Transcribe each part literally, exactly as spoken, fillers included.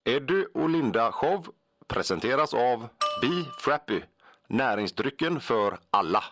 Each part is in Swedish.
Edu och Linda show presenteras av Be Frappy, näringsdrycken för alla.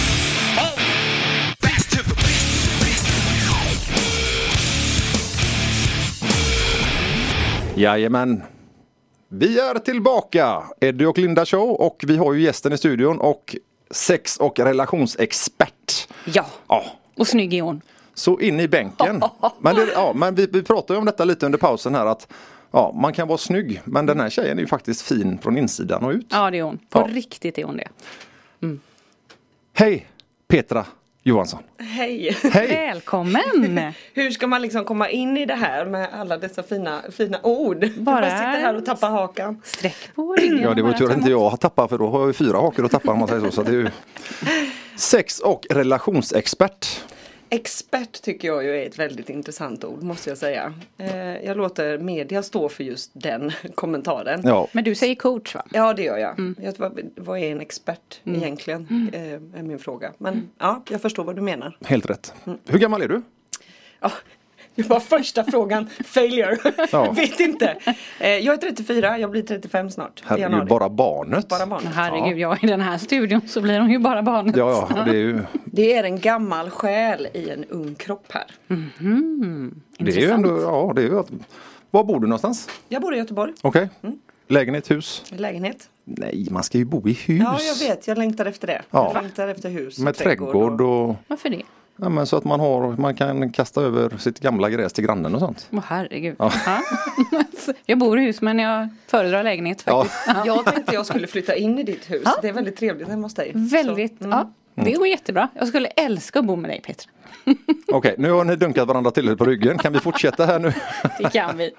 Jajamän. Vi är tillbaka, Edu och Linda show, och vi har ju gästen i studion och sex- och relationsexpert. Ja, Ja. Och snygg är hon. Så in i bänken. Men, det, ja, men vi, vi pratade ju om detta lite under pausen här att ja, man kan vara snygg, men den här tjejen är ju faktiskt fin från insidan och ut. Ja, det är hon. På Ja. riktigt är hon det. Mm. Hej, Petra Johansson. Hej! Hej! Välkommen! Hur ska man liksom komma in i det här med alla dessa fina, fina ord? Bara- Man sitter här och tappar hakan. Sträck på ryggen. Ja, det var ju tur att inte jag har tappat, för då har jag ju fyra hakor att tappa om man säger så. Så det är ju sex- och relationsexpert. Expert tycker jag ju är ett väldigt intressant ord, måste jag säga. Eh, jag låter media stå för just den kommentaren. Ja, Men du säger coach, va? Ja, det gör jag. Mm. jag vad, vad är en expert egentligen? Eh, är min fråga. Men ja, jag förstår vad du menar. helt rätt. Hur gammal är du? Ja, det var första frågan. Failure. Ja. Vet inte. Eh, jag är trettiofyra, jag blir trettiofem snart. i Herregud, januari. bara barnet. Bara barn. Herregud, jag i den här studion så blir hon ju bara barnet. Ja, ja, det är ju, Det är en gammal själ i en ung kropp här. det är ju ändå, ja, det är ju att, var bor du någonstans? Jag bor i Göteborg. Okej. Lägenhet, hus? Lägenhet. Nej, man ska ju bo i hus. Ja, jag vet. Jag längtar efter det. Ja. Jag längtar efter hus. Med trädgård och, Varför det? ja, men så att man har, man kan kasta över sitt gamla gräs till grannen och sånt. Åh herregud. Ja. Jag bor i hus men jag föredrar lägenhet Ja. faktiskt. Jag tänkte jag skulle flytta in i ditt hus. Ja. Det är väldigt trevligt hemma hos dig. Väldigt, Så, mm. ja. Det går jättebra. Jag skulle älska att bo med dig, Petra. Okej, nu har ni dunkat varandra till på ryggen. Kan vi fortsätta här nu? Det kan vi.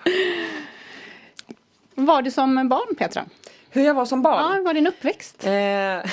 Var du som barn, Petra? Hur jag var som barn? Ja, var din uppväxt? Eh,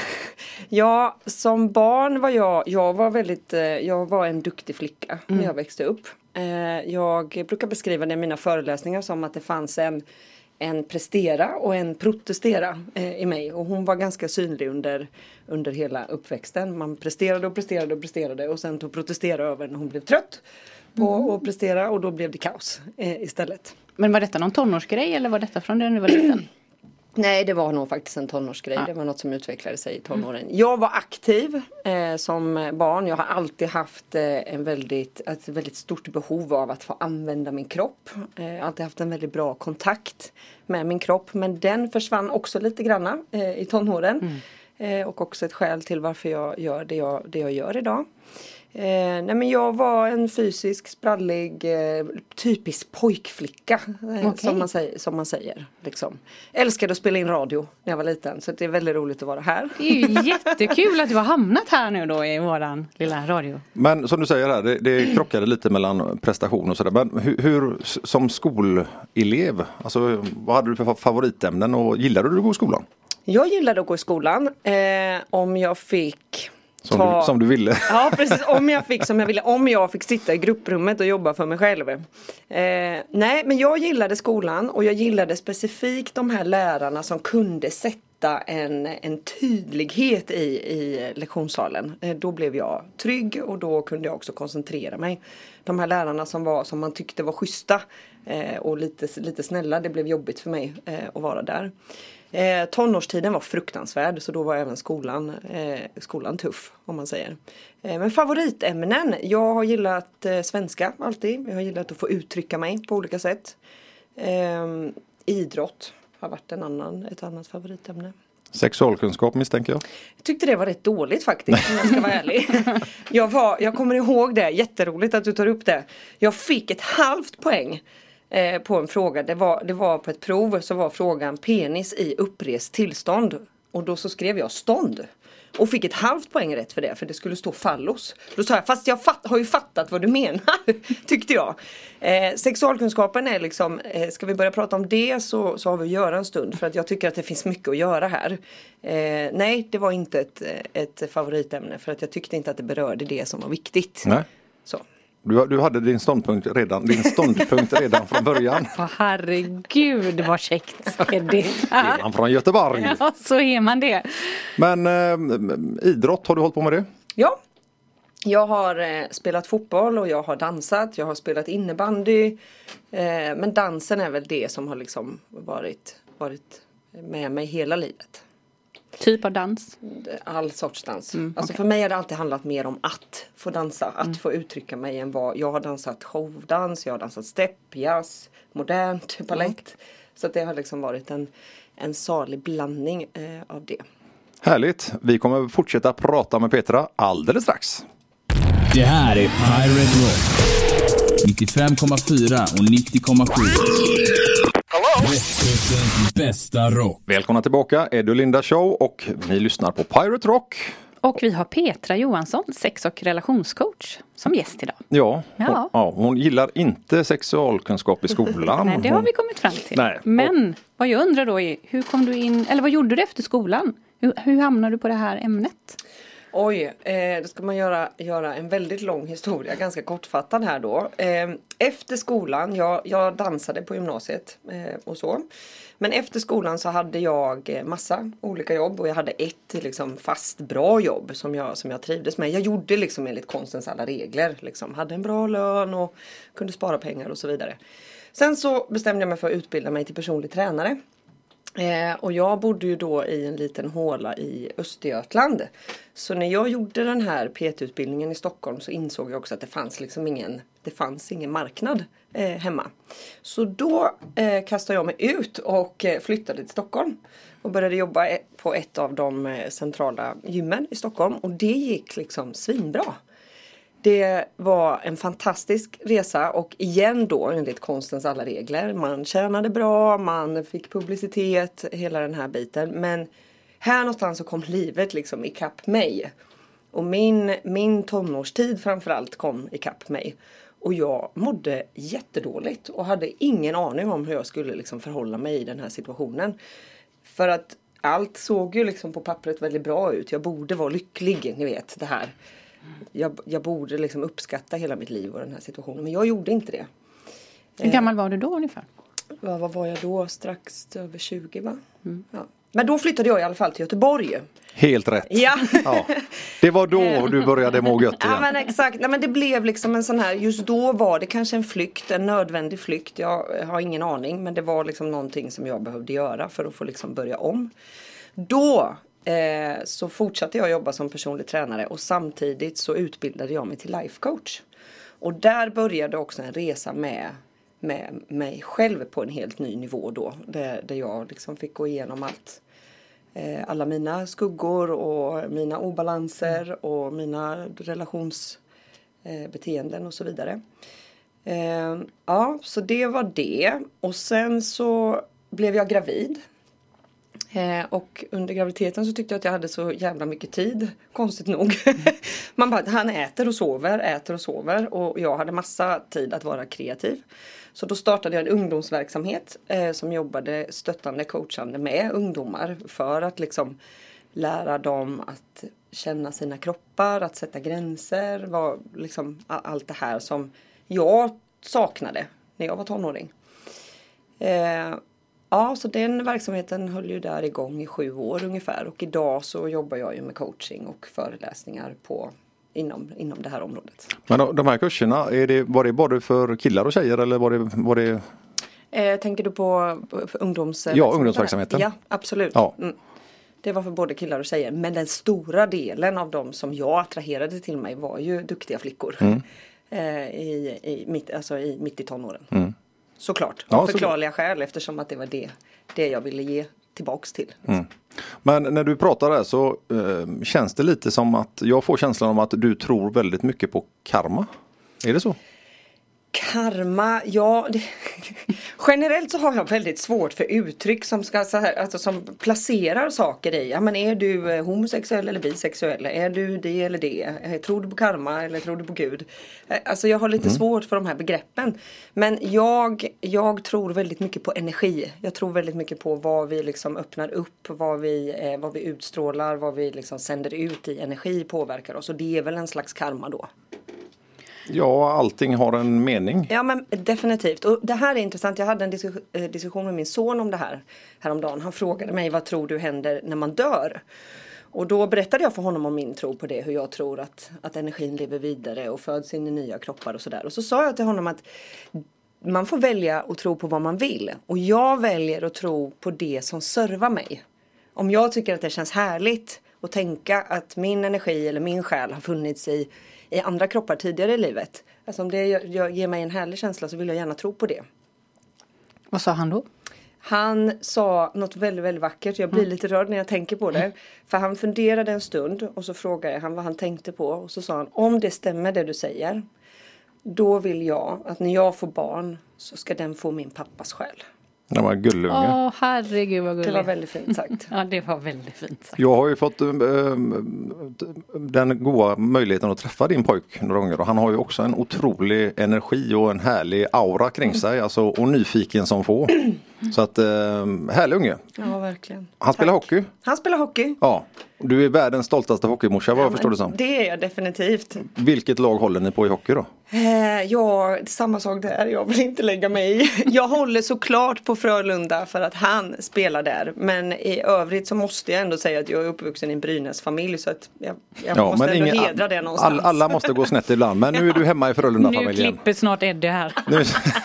ja, som barn var jag, jag var väldigt, eh, jag var en duktig flicka när jag växte upp. Eh, jag brukar beskriva det i mina föreläsningar som att det fanns en, en prestera och en protestera eh, i mig. Och hon var ganska synlig under, under hela uppväxten. Man presterade och presterade och presterade och sen tog protestera över när hon blev trött på att prestera och då blev det kaos eh, istället. Men var detta någon tonårsgrej eller var detta från när du var liten? Nej, det var nog faktiskt en tonårsgrej. Det var något som utvecklade sig i tonåren. Jag var aktiv eh, som barn. Jag har alltid haft eh, en väldigt, ett väldigt stort behov av att få använda min kropp. Eh, jag har alltid haft en väldigt bra kontakt med min kropp. Men den försvann också lite granna eh, i tonåren. Mm. Eh, och också ett skäl till varför jag gör det jag, det jag gör idag. Eh, nej men jag var en fysisk, sprallig, eh, typisk pojkflicka eh, Okej. som, man säger, som man säger. Liksom. Älskade att spela in radio när jag var liten så det är väldigt roligt att vara här. Det är ju jättekul att du har hamnat här nu då i våran lilla radio. Men som du säger här, det, det krockade lite mellan prestation och sådär. Men hur, hur som skolelev, alltså vad hade du för favoritämnen och gillade du att gå i skolan? Jag gillade att gå i skolan eh, om jag fick... Som, ta- du, som du ville? Ja, precis. Om jag fick som jag ville. Om jag fick sitta i grupprummet och jobba för mig själv. Eh, nej, men jag gillade skolan. Och jag gillade specifikt de här lärarna som kunde sätta en, en tydlighet i, i lektionssalen. Eh, då blev jag trygg och då kunde jag också koncentrera mig. De här lärarna som, var, som man tyckte var schyssta eh, och lite, lite snälla. Det blev jobbigt för mig eh, att vara där. Eh, tonårstiden var fruktansvärd så då var även skolan, eh, skolan tuff om man säger. Eh, men favoritämnen, jag har gillat eh, svenska alltid. Jag har gillat att få uttrycka mig på olika sätt. Eh, idrott har varit en annan, ett annat favoritämne. Sexualkunskap misstänker jag. Jag tyckte det var rätt dåligt faktiskt om jag ska vara ärlig. Jag, var, jag kommer ihåg det, jätteroligt att du tar upp det. Jag fick ett halvt poäng. Eh, på en fråga, det var, det var på ett prov så var frågan penis i upprest tillstånd och då så skrev jag stånd och fick ett halvt poäng rätt för det för det skulle stå fallos. Då sa jag, fast jag fatt, har ju fattat vad du menar, tyckte jag. Eh, sexualkunskapen är liksom, eh, ska vi börja prata om det så, så har vi att göra en stund för att jag tycker att det finns mycket att göra här. Eh, nej, det var inte ett, ett favoritämne för att jag tyckte inte att det berörde det som var viktigt. Nej. Så. Du, du hade din ståndpunkt redan, din ståndpunkt redan från början. Åh herregud vad käckt. Är det? Är man från Göteborg? Ja, så är man det. Men eh, idrott, har du hållit på med det? Ja. Jag har eh, spelat fotboll och jag har dansat, jag har spelat innebandy. Eh, men dansen är väl det som har liksom varit, varit med mig hela livet. Typ av dans? All sorts dans. Mm, alltså okay. För mig har det alltid handlat mer om att få dansa, att mm. få uttrycka mig än vad. Jag har dansat showdans, jag har dansat step, jazz, modernt, balett. Mm. Så att det har liksom varit en, en salig blandning eh, av det. Härligt. Vi kommer fortsätta prata med Petra alldeles strax. Det här är Pirate Rock. nittiofem komma fyra och nittio komma sju. Västkustens bästa rock. Välkomna tillbaka, Ed och Linda Show, och ni lyssnar på Pirate Rock. Och vi har Petra Johansson, sex- och relationscoach, som gäst idag. Ja, ja. Hon, ja, hon gillar inte sexualkunskap i skolan. Nej, det har vi kommit fram till. Nej. Men vad jag undrar då är, hur kom du in, eller vad gjorde du efter skolan? Hur, hur hamnade du på det här ämnet? Oj, eh, då ska man göra, göra en väldigt lång historia, ganska kortfattad här då. Eh, efter skolan, jag, jag dansade på gymnasiet eh, och så. Men efter skolan så hade jag massa olika jobb och jag hade ett liksom fast bra jobb som jag, som jag trivdes med. Jag gjorde liksom enligt konstens alla regler, liksom. Hade en bra lön och kunde spara pengar och så vidare. Sen så bestämde jag mig för att utbilda mig till personlig tränare. Eh, och jag bodde ju då i en liten håla i Östergötland. Så när jag gjorde den här P T-utbildningen i Stockholm så insåg jag också att det fanns liksom ingen, det fanns ingen marknad eh, hemma. Så då eh, kastade jag mig ut och eh, flyttade till Stockholm. Och började jobba på ett av de eh, centrala gymmen i Stockholm. Och det gick liksom svinbra. Det var en fantastisk resa och igen då enligt konstens alla regler. Man tjänade bra, man fick publicitet, hela den här biten. Men här någonstans så kom livet liksom ikapp mig. Och min, min tonårstid framförallt kom ikapp mig. Och jag mådde jättedåligt och hade ingen aning om hur jag skulle liksom förhålla mig i den här situationen. För att allt såg ju liksom på pappret väldigt bra ut. Jag borde vara lycklig, ni vet det här. Jag, jag borde liksom uppskatta hela mitt liv och den här situationen. Men jag gjorde inte det. Hur gammal var du då ungefär? Vad, vad var jag då? Strax över tjugo va? Mm. Ja. Men då flyttade jag i alla fall till Göteborg. Helt rätt. Ja. Ja. Det var då du började må gött igen. Ja men exakt. Nej, men det blev liksom en sån här, just då var det kanske en flykt, en nödvändig flykt. Jag har ingen aning. Men det var liksom någonting som jag behövde göra för att få liksom börja om. Då eh, så fortsatte jag jobba som personlig tränare och samtidigt så utbildade jag mig till life coach. Och där började också en resa med med mig själv på en helt ny nivå då. Där, där jag liksom fick gå igenom allt. Eh, alla mina skuggor och mina obalanser och mina relationsbeteenden eh, och så vidare. Eh, ja, så det var det. Och sen så blev jag gravid. Eh, och under graviditeten så tyckte jag att jag hade så jävla mycket tid. Konstigt nog. Man bara, han äter och sover, äter och sover. Och jag hade massa tid att vara kreativ. Så då startade jag en ungdomsverksamhet eh, som jobbade stöttande, coachande med ungdomar. För att liksom lära dem att känna sina kroppar, att sätta gränser. Var, liksom, allt det här som jag saknade när jag var tonåring. Eh, Ja, så den verksamheten höll ju där igång i sju år ungefär. Och idag så jobbar jag ju med coaching och föreläsningar på, inom, inom det här området. Men de här kurserna, är det, var det både för killar och tjejer eller var det... Var det... Eh, tänker du på för ungdomsverksamheten? Ja, ungdomsverksamheten. Ja, absolut. Ja. Mm. Det var för både killar och tjejer. Men den stora delen av dem som jag attraherade till mig var ju duktiga flickor. Mm. Eh, i, i, mitt, alltså i, mitt i tonåren. Mm. Såklart, av ja, förklarliga såklart. Skäl eftersom att det var det, det jag ville ge tillbaks till. Mm. Men när du pratar där så eh, känns det lite som att jag får känslan om att du tror väldigt mycket på karma. Är det så? Karma, ja. Det, generellt så har jag väldigt svårt för uttryck som ska så här, alltså som placerar saker i. Ja, men är du homosexuell eller bisexuell? Är du det eller det? Tror du på karma eller tror du på Gud? Alltså jag har lite mm. svårt för de här begreppen. Men jag, jag tror väldigt mycket på energi. Jag tror väldigt mycket på vad vi liksom öppnar upp, vad vi, eh, vad vi utstrålar, vad vi liksom sänder ut i energi påverkar oss. Och det är väl en slags karma då. Ja, allting har en mening. Ja, men definitivt. Och det här är intressant. Jag hade en disku- diskussion med min son om det här häromdagen. Han frågade mig, vad tror du händer när man dör? Och då berättade jag för honom om min tro på det. Hur jag tror att, att energin lever vidare och föds in i nya kroppar och sådär. Och så sa jag till honom att man får välja att tro på vad man vill. Och jag väljer att tro på det som servar mig. Om jag tycker att det känns härligt att tänka att min energi eller min själ har funnits i, i andra kroppar tidigare i livet. Alltså om det gör, ger mig en härlig känsla så vill jag gärna tro på det. Vad sa han då? Han sa något väldigt, väldigt vackert. Jag blir mm. lite rörd när jag tänker på det. Mm. För han funderade en stund och så frågade han vad han tänkte på. Och så sa han, om det stämmer det du säger, då vill jag att när jag får barn så ska den få min pappas själ. Det var gullig unge. Åh, herregud vad gullig. Det var väldigt fint sagt. Ja, det var väldigt fint sagt. Jag har ju fått äh, den goda möjligheten att träffa din pojk några gånger. Och han har ju också en otrolig energi och en härlig aura kring sig. Alltså, och nyfiken som få. Så att, äh, härlig unge. Ja, verkligen. Han spelar Tack. hockey. Han spelar hockey. Ja. Du är världens stoltaste hockeymorsa, vad ja, jag förstår det som. Det är jag definitivt. Vilket lag håller ni på i hockey då? Eh, ja, samma sak där. Jag vill inte lägga mig i. Jag håller såklart på Frölunda för att han spelar där. Men i övrigt så måste jag ändå säga att jag är uppvuxen i en Brynäs-familj. Så att jag, jag ja, måste men ändå ingen, hedra det någonstans. All, alla måste gå snett ibland. Men nu är du hemma i Frölunda-familjen. Nu klipper snart Eddie här. Nu.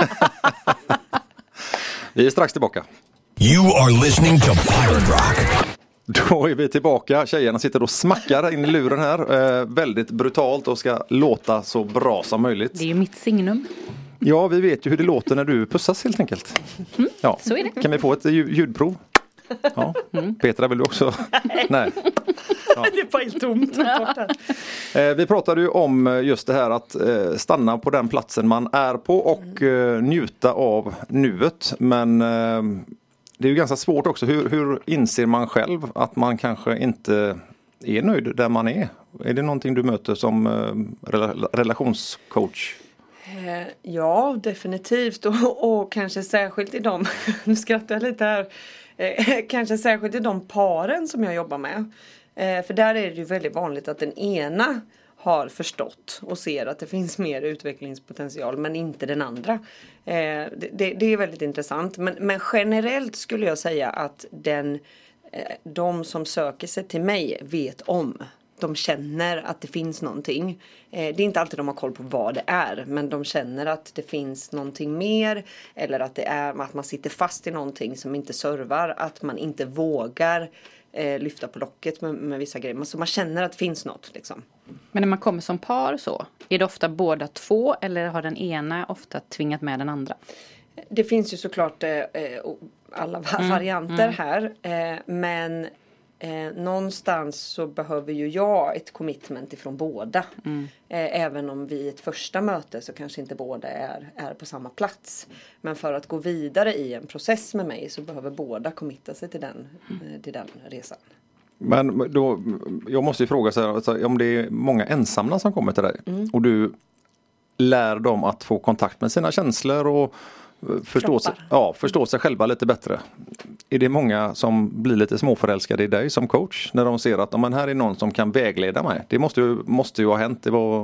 Vi är strax tillbaka. You are listening to Pirate Rock. Då är vi tillbaka. Tjejerna sitter och smackar in i luren här. Eh, väldigt brutalt och ska låta så bra som möjligt. Det är ju mitt signum. Ja, vi vet ju hur det låter när du pussas helt enkelt. Mm, ja. Så är det. Kan vi få ett ljudprov? Ja. Mm. Petra, vill du också? Nej. Ja. Det är bara helt tomt. eh, vi pratade ju om just det här att eh, stanna på den platsen man är på och eh, njuta av nuet. Men eh, det är ju ganska svårt också. Hur, hur inser man själv att man kanske inte är nöjd där man är? Är det någonting du möter som eh, rela- relationscoach? Eh, ja, definitivt. Och, och kanske särskilt i de, nu skrattar jag lite här, eh, kanske särskilt i de paren som jag jobbar med. Eh, för där är det ju väldigt vanligt att den ena har förstått och ser att det finns mer utvecklingspotential men inte den andra. Eh, det, det, det är väldigt intressant. Men, men generellt skulle jag säga att den, eh, de som söker sig till mig vet om. De känner att det finns någonting. Eh, det är inte alltid de har koll på vad det är. Men de känner att det finns någonting mer. Eller att det är att man sitter fast i någonting som inte servar. Att man inte vågar eh, lyfta på locket med, med vissa grejer. Så man känner att det finns något liksom. Men när man kommer som par så, är det ofta båda två eller har den ena ofta tvingat med den andra? Det finns ju såklart eh, alla varianter mm, här. Eh, men eh, någonstans så behöver ju jag ett commitment ifrån båda. Mm. Eh, även om vi i ett första möte så kanske inte båda är, är på samma plats. Men för att gå vidare i en process med mig så behöver båda committa sig till den, mm. till den resan. Men då, jag måste ju fråga så här, alltså, om det är många ensamma som kommer till dig mm. och du lär dem att få kontakt med sina känslor och förstå sig, ja, förstå sig själva lite bättre. Är det många som blir lite småförälskade i dig som coach när de ser att men här är någon som kan vägleda mig? Det måste ju, måste ju ha hänt. Det var...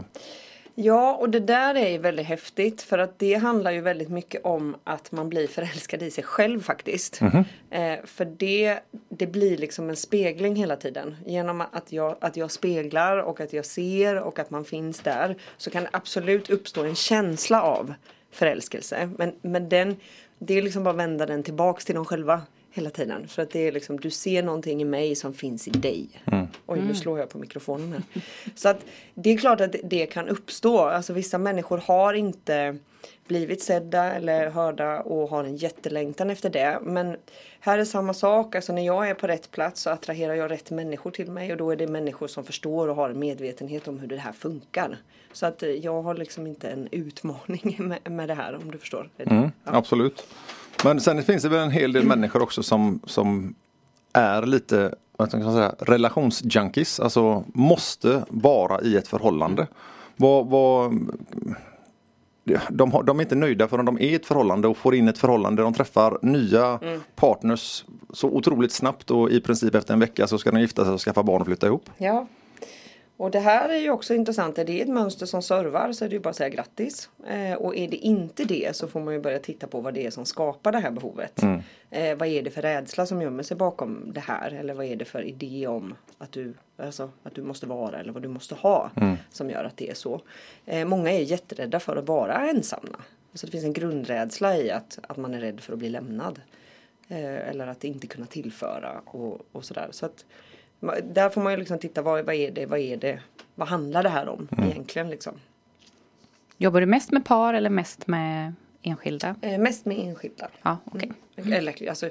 Ja, och det där är ju väldigt häftigt för att det handlar ju väldigt mycket om att man blir förälskad i sig själv faktiskt. Mm-hmm. Eh, för det, det blir liksom en spegling hela tiden. Genom att jag, att jag speglar och att jag ser och att man finns där så kan det absolut uppstå en känsla av förälskelse. Men, men den, det är liksom bara att vända den tillbaks till dem själva hela tiden. För att det är liksom, du ser någonting i mig som finns i dig. Mm. Oj, nu slår jag på mikrofonen här. Så att det är klart att det kan uppstå. Alltså vissa människor har inte blivit sedda eller hörda och har en jättelängtan efter det. Men här är samma sak. Alltså när jag är på rätt plats så attraherar jag rätt människor till mig. Och då är det människor som förstår och har en medvetenhet om hur det här funkar. Så att jag har liksom inte en utmaning med, med det här, om du förstår. Mm, ja. Absolut. Men sen finns det väl en hel del mm. människor också som, som är lite, vad ska man säga, relationsjunkies. Alltså måste vara i ett förhållande. Vad, vad, de, har, de är inte nöjda förrän de är i ett förhållande och får in ett förhållande. De träffar nya mm. partners så otroligt snabbt och i princip efter en vecka så ska de gifta sig och skaffa barn och flytta ihop. Ja. Och det här är ju också intressant. Är det ett mönster som servar så är det ju bara att säga grattis. Eh, och är det inte det så får man ju börja titta på vad det är som skapar det här behovet. Mm. Eh, vad är det för rädsla som gömmer sig bakom det här? Eller vad är det för idé om att du, alltså, att du måste vara eller vad du måste ha mm. som gör att det är så. Eh, många är jätterädda för att vara ensamma. Så det finns en grundrädsla i att, att man är rädd för att bli lämnad. Eh, eller att inte kunna tillföra och, och sådär. Så att där får man ju liksom titta, vad, vad är det, vad är det, vad handlar det här om mm. egentligen liksom. Jobbar du mest med par eller mest med enskilda? Eh, mest med enskilda. Ja, okej. Okay. Mm. Eller alltså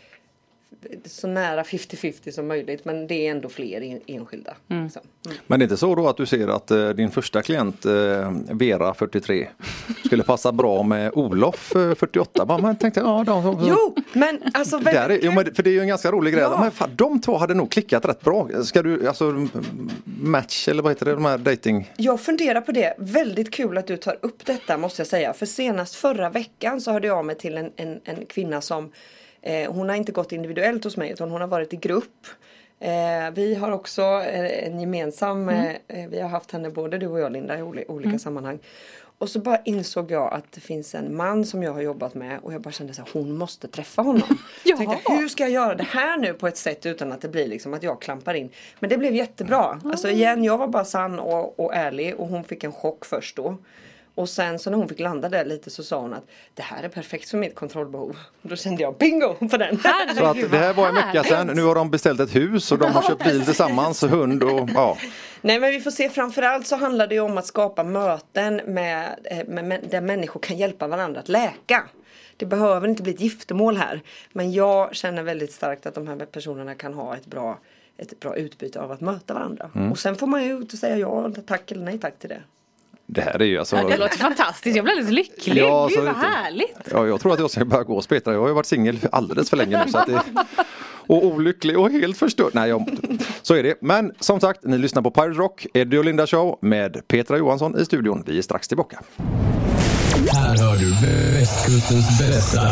så nära femtio femtio som möjligt, men det är ändå fler enskilda. Mm. Liksom. Mm. Men det är inte så då att du ser att eh, din första klient eh, Vera fyrtiotre skulle passa bra med Olof eh, fyrtioåtta? Bara, man tänkte, ja, de, de, jo, men alltså där är, jo, men, för det är ju en ganska rolig grej. Ja. Men fan, de två hade nog klickat rätt bra. Ska du, alltså match eller vad heter det, de här dating? Jag funderar på det. Väldigt kul att du tar upp detta, måste jag säga. För senast förra veckan så hörde jag mig till en, en, en kvinna som Eh, hon har inte gått individuellt hos mig utan hon har varit i grupp. Eh, vi har också eh, en gemensam, mm. eh, vi har haft henne både du och jag Linda i olika, olika mm. sammanhang. Och så bara insåg jag att det finns en man som jag har jobbat med och jag bara kände så här, hon måste träffa honom. Jag tänkte, hur ska jag göra det här nu på ett sätt utan att det blir liksom att jag klampar in. Men det blev jättebra. Mm. Alltså igen, jag var bara sann och, och ärlig och hon fick en chock först då. Och sen så när hon fick landa där lite så sa hon att det här är perfekt för mitt kontrollbehov. Och då kände jag bingo på den. Så att det här var en vecka sedan. Nu har de beställt ett hus och de har köpt bil tillsammans och hund och ja. Nej, men vi får se, framförallt så handlar det ju om att skapa möten med, med, med, där människor kan hjälpa varandra att läka. Det behöver inte bli ett giftermål här. Men jag känner väldigt starkt att de här personerna kan ha ett bra, ett bra utbyte av att möta varandra. Mm. Och sen får man ju ut och säga ja, tack eller nej tack till det. Det här är ju alltså... Ja, det låter fantastiskt. Jag blir alldeles lycklig. Ja, Gud, så vad härligt. Ja, jag tror att jag ska börja gå och Petra. Jag har ju varit singel alldeles för länge nu. Så att det, och olycklig och helt förstörd. Nej, jag, så är det. Men som sagt, ni lyssnar på Pirate Rock, Eddie och Linda Show med Petra Johansson i studion. Vi är strax tillbaka. Här hör du västkustens bästa.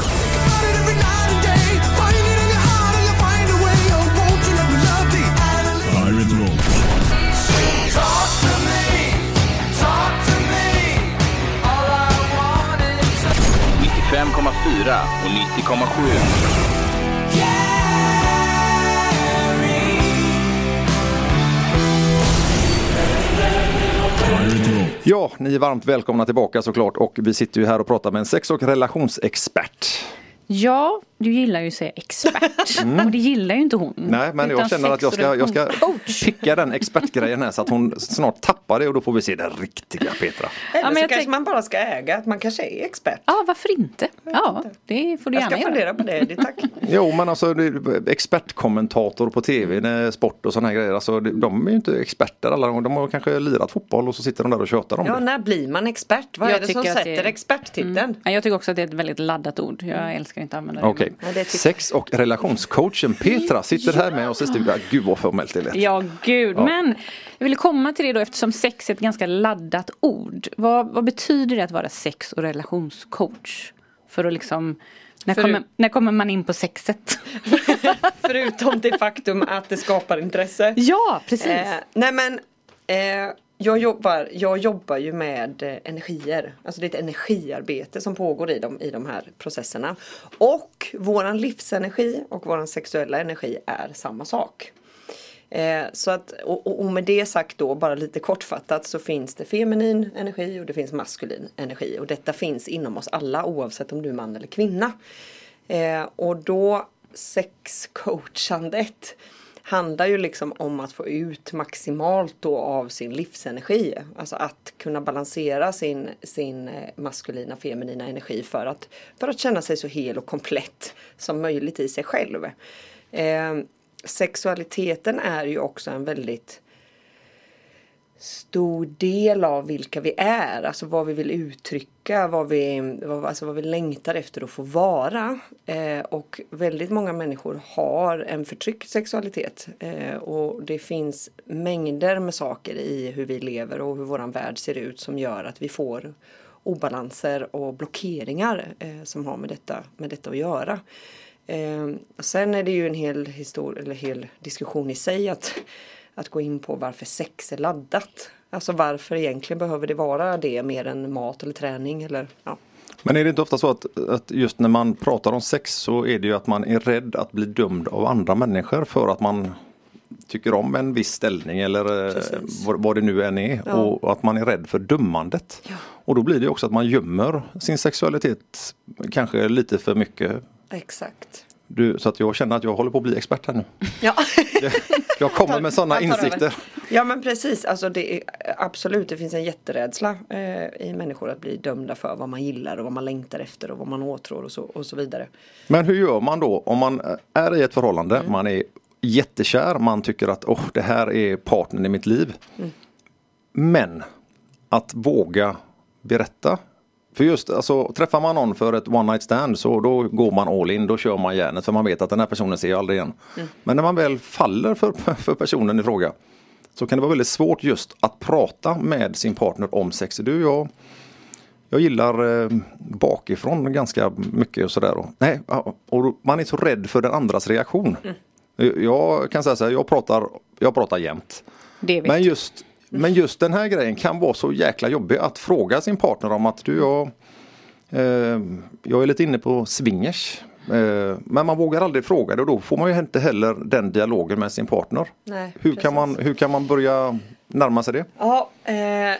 Pirate Rock. nittiofem komma fyra och nittio komma sju. Ja, ni är varmt välkomna tillbaka såklart och vi sitter ju här och pratar med en sex- och relationsexpert. Ja, du gillar ju att säga expert. Mm. Och det gillar ju inte hon. Nej, men jag känner att jag ska, jag ska picka den expertgrejen här så att hon snart tappar det och då får vi se den riktiga Petra. Eller ja, men så jag kanske tänk... man bara ska äga att man kanske är expert. Ja, varför inte? Ja, det får du jag gärna göra. Jag ska fundera på det, det tack. Jo, men alltså expertkommentator på tv, sport och sådana här grejer. Alltså, de är ju inte experter alla gånger. De har kanske lirat fotboll och så sitter de där och tjötar om ja, det. Ja, när blir man expert? Vad jag är det som sätter det... experttiteln? Mm. Ja, jag tycker också att det är ett väldigt laddat ord. Jag älskar inte att använda det. Okej. Okay. Ja, sex- och relationscoachen Petra sitter här med oss i studion. Gud vad formellt det är lätt. Ja, gud. Ja. Men jag ville komma till det då eftersom sex är ett ganska laddat ord. Vad, vad betyder det att vara sex- och relationscoach? För att liksom... När, Förut... kommer, när kommer man in på sexet? Förutom det faktum att det skapar intresse. Ja, precis. Eh, nej men... Eh, Jag jobbar, jag jobbar ju med eh, energier. Alltså det är ett energiarbete som pågår i de, i de här processerna. Och våran livsenergi och våran sexuella energi är samma sak. Eh, så att, och, och med det sagt då, bara lite kortfattat, så finns det feminin energi och det finns maskulin energi. Och detta finns inom oss alla oavsett om du är man eller kvinna. Eh, och då sexcoachandet handlar ju liksom om att få ut maximalt då av sin livsenergi. Alltså att kunna balansera sin, sin maskulina, feminina energi för att, för att känna sig så hel och komplett som möjligt i sig själv. Eh, sexualiteten är ju också en väldigt stor del av vilka vi är. Alltså vad vi vill uttrycka, vad vi, vad, alltså vad vi längtar efter att få vara. Eh, och väldigt många människor har en förtryckt sexualitet. Eh, och det finns mängder med saker i hur vi lever och hur våran värld ser ut som gör att vi får obalanser och blockeringar eh, som har med detta, med detta att göra. Eh, sen är det ju en hel historia eller hel diskussion i sig att att gå in på varför sex är laddat. Alltså varför egentligen behöver det vara det mer än mat eller träning eller ja. Men är det inte ofta så att, att just när man pratar om sex så är det ju att man är rädd att bli dömd av andra människor för att man tycker om en viss ställning eller vad, vad det nu än är ja. Och att man är rädd för dömandet. Ja. Och då blir det också att man gömmer sin sexualitet kanske lite för mycket. Exakt. Du, så att jag känner att jag håller på att bli expert här nu. Ja. jag, jag kommer med sådana insikter. Ja men precis, alltså det är, absolut det finns en jätterädsla eh, i människor att bli dömda för vad man gillar och vad man längtar efter och vad man åtrår och så, och så vidare. Men hur gör man då om man är i ett förhållande, mm. man är jättekär, man tycker att oh, det här är partnern i mitt liv. Mm. Men att våga berätta. För just, alltså, träffar man någon för ett one night stand så då går man all in, då kör man järnet för man vet att den här personen ser jag aldrig igen. Mm. Men när man väl faller för, för personen i fråga så kan det vara väldigt svårt just att prata med sin partner om sex. Du, jag, jag gillar eh, bakifrån ganska mycket och sådär. Och, nej, och man är så rädd för den andras reaktion. Mm. Jag kan säga så här, jag pratar, jag pratar jämt. Det vet. Men just... Men just den här grejen kan vara så jäkla jobbig att fråga sin partner om att du, jag, eh, jag är lite inne på swingers. Eh, men man vågar aldrig fråga det och då får man ju inte heller den dialogen med sin partner. Nej, hur, kan man, hur kan man börja närma sig det? Ja, eh,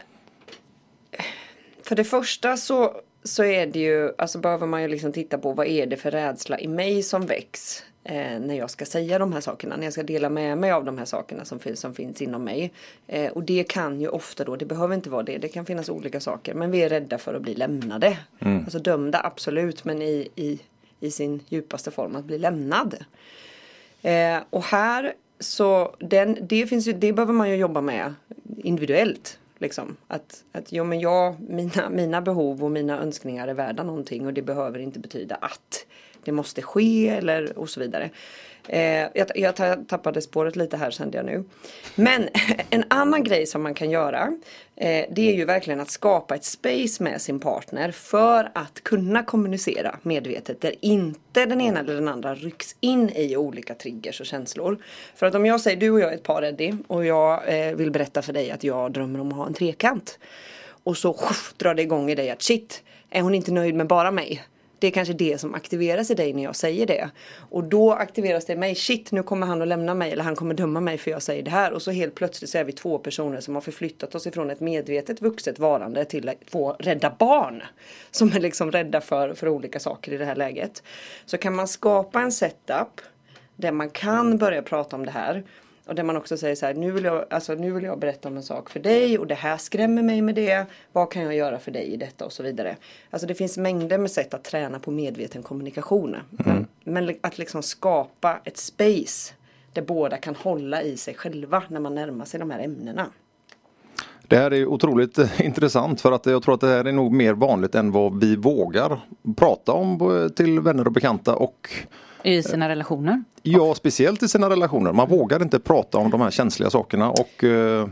för det första så, så är det ju, alltså behöver man ju liksom titta på vad är det för rädsla i mig som väcks. Eh, när jag ska säga de här sakerna, när jag ska dela med mig av de här sakerna som finns, som finns inom mig. Eh, och det kan ju ofta då, det behöver inte vara det, det kan finnas olika saker. Men vi är rädda för att bli lämnade. Mm. Alltså dömda absolut, men i, i, i sin djupaste form att bli lämnad. Eh, och här så, den, det, finns ju, det behöver man ju jobba med individuellt. Liksom. Att, att jo, men jag, mina, mina behov och mina önskningar är värda någonting och det behöver inte betyda att det måste ske eller och så vidare. Eh, jag, jag tappade spåret lite här kände jag nu. Men en annan grej som man kan göra eh, det är ju verkligen att skapa ett space med sin partner för att kunna kommunicera medvetet där inte den ena eller den andra rycks in i olika triggers och känslor. För att om jag säger du och jag är ett par Eddie och jag eh, vill berätta för dig att jag drömmer om att ha en trekant och så shuff, drar det igång i dig att shit, är hon inte nöjd med bara mig? Det är kanske det som aktiveras i dig när jag säger det. Och då aktiveras det i mig. Shit, nu kommer han att lämna mig. Eller han kommer döma mig för jag säger det här. Och så helt plötsligt så är vi två personer som har förflyttat oss ifrån ett medvetet vuxet varande till två rädda barn. Som är liksom rädda för, för olika saker i det här läget. Så kan man skapa en setup där man kan börja prata om det här. Och där man också säger så här, nu vill, jag, alltså, nu vill jag berätta om en sak för dig och det här skrämmer mig med det. Vad kan jag göra för dig i detta och så vidare. Alltså det finns mängder med sätt att träna på medveten kommunikation. Mm. Men, men att liksom skapa ett space där båda kan hålla i sig själva när man närmar sig de här ämnena. Det här är otroligt intressant för att jag tror att det här är nog mer vanligt än vad vi vågar prata om till vänner och bekanta och i sina relationer? Ja, speciellt i sina relationer. Man vågar inte prata om de här känsliga sakerna och... Uh...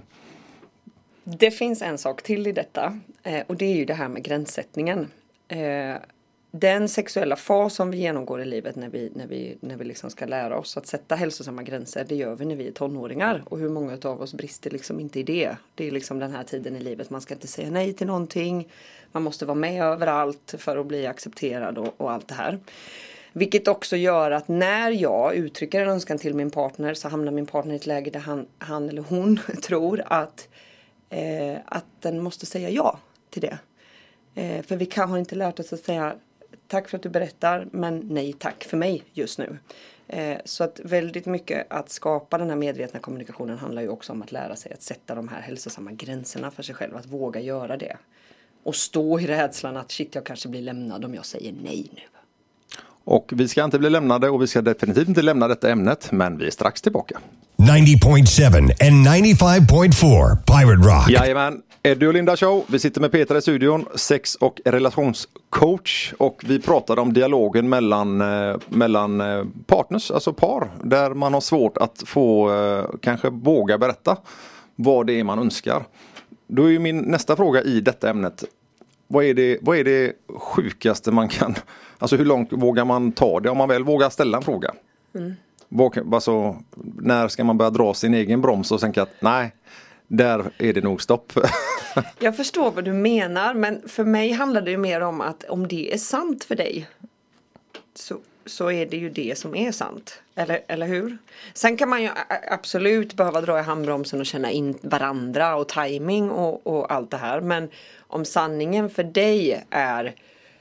Det finns en sak till i detta eh, och det är ju det här med gränssättningen. Eh, den sexuella fas som vi genomgår i livet när vi, när vi, när vi liksom ska lära oss att sätta hälsosamma gränser, det gör vi när vi är tonåringar. Och hur många av oss brister liksom inte i det. Det är liksom den här tiden i livet, man ska inte säga nej till någonting. Man måste vara med överallt för att bli accepterad och, och allt det här. Vilket också gör att när jag uttrycker en önskan till min partner så hamnar min partner i ett läge där han, han eller hon tror att, eh, att den måste säga ja till det. Eh, för vi kan, har inte lärt oss att säga tack för att du berättar men nej tack för mig just nu. Eh, så att väldigt mycket att skapa den här medvetna kommunikationen handlar ju också om att lära sig att sätta de här hälsosamma gränserna för sig själv. Att våga göra det. Och stå i rädslan att shit jag kanske blir lämnad om jag säger nej nu. Och vi ska inte bli lämnade och vi ska definitivt inte lämna detta ämnet, men vi är strax tillbaka. nittio point sju and ninety-five point four Pirate Rock. Jajamän, Eddie och Linda Show. Vi sitter med Peter i studion, sex- och relationscoach. Och vi pratade om dialogen mellan, eh, mellan eh, partners, alltså par. Där man har svårt att få, eh, kanske våga berätta vad det är man önskar. Då är ju min nästa fråga i detta ämnet. Vad är det, vad är det sjukaste man kan... Alltså hur långt vågar man ta det om man väl vågar ställa en fråga? Mm. Alltså, när ska man börja dra sin egen broms och tänka att nej, där är det nog stopp. Jag förstår vad du menar, men för mig handlar det ju mer om att om det är sant för dig så, så är det ju det som är sant. Eller, eller hur? Sen kan man ju absolut behöva dra i handbromsen och känna in varandra och timing och, och allt det här. Men om sanningen för dig är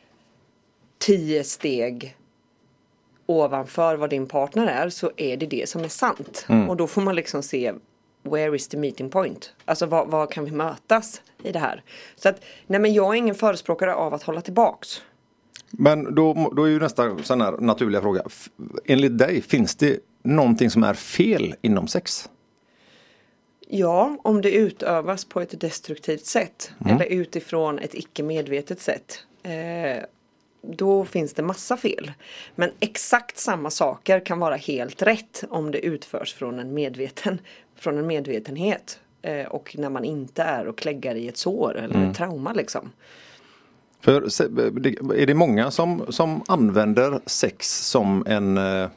tio steg ovanför vad din partner är, så är det det som är sant. Mm. Och då får man liksom se, where is the meeting point? Alltså vad, vad kan vi mötas i det här? Så att, nej men jag är ingen förespråkare av att hålla tillbaks. Men då, då är ju nästa sån här naturliga fråga. Enligt dig, finns det någonting som är fel inom sex? Ja, om det utövas på ett destruktivt sätt. Mm. Eller utifrån ett icke-medvetet sätt. Eh, då finns det massa fel. Men exakt samma saker kan vara helt rätt om det utförs från en medveten, från en medvetenhet. Eh, och när man inte är och kläggar i ett sår eller mm. ett trauma liksom. För är det många som, som använder sex som en,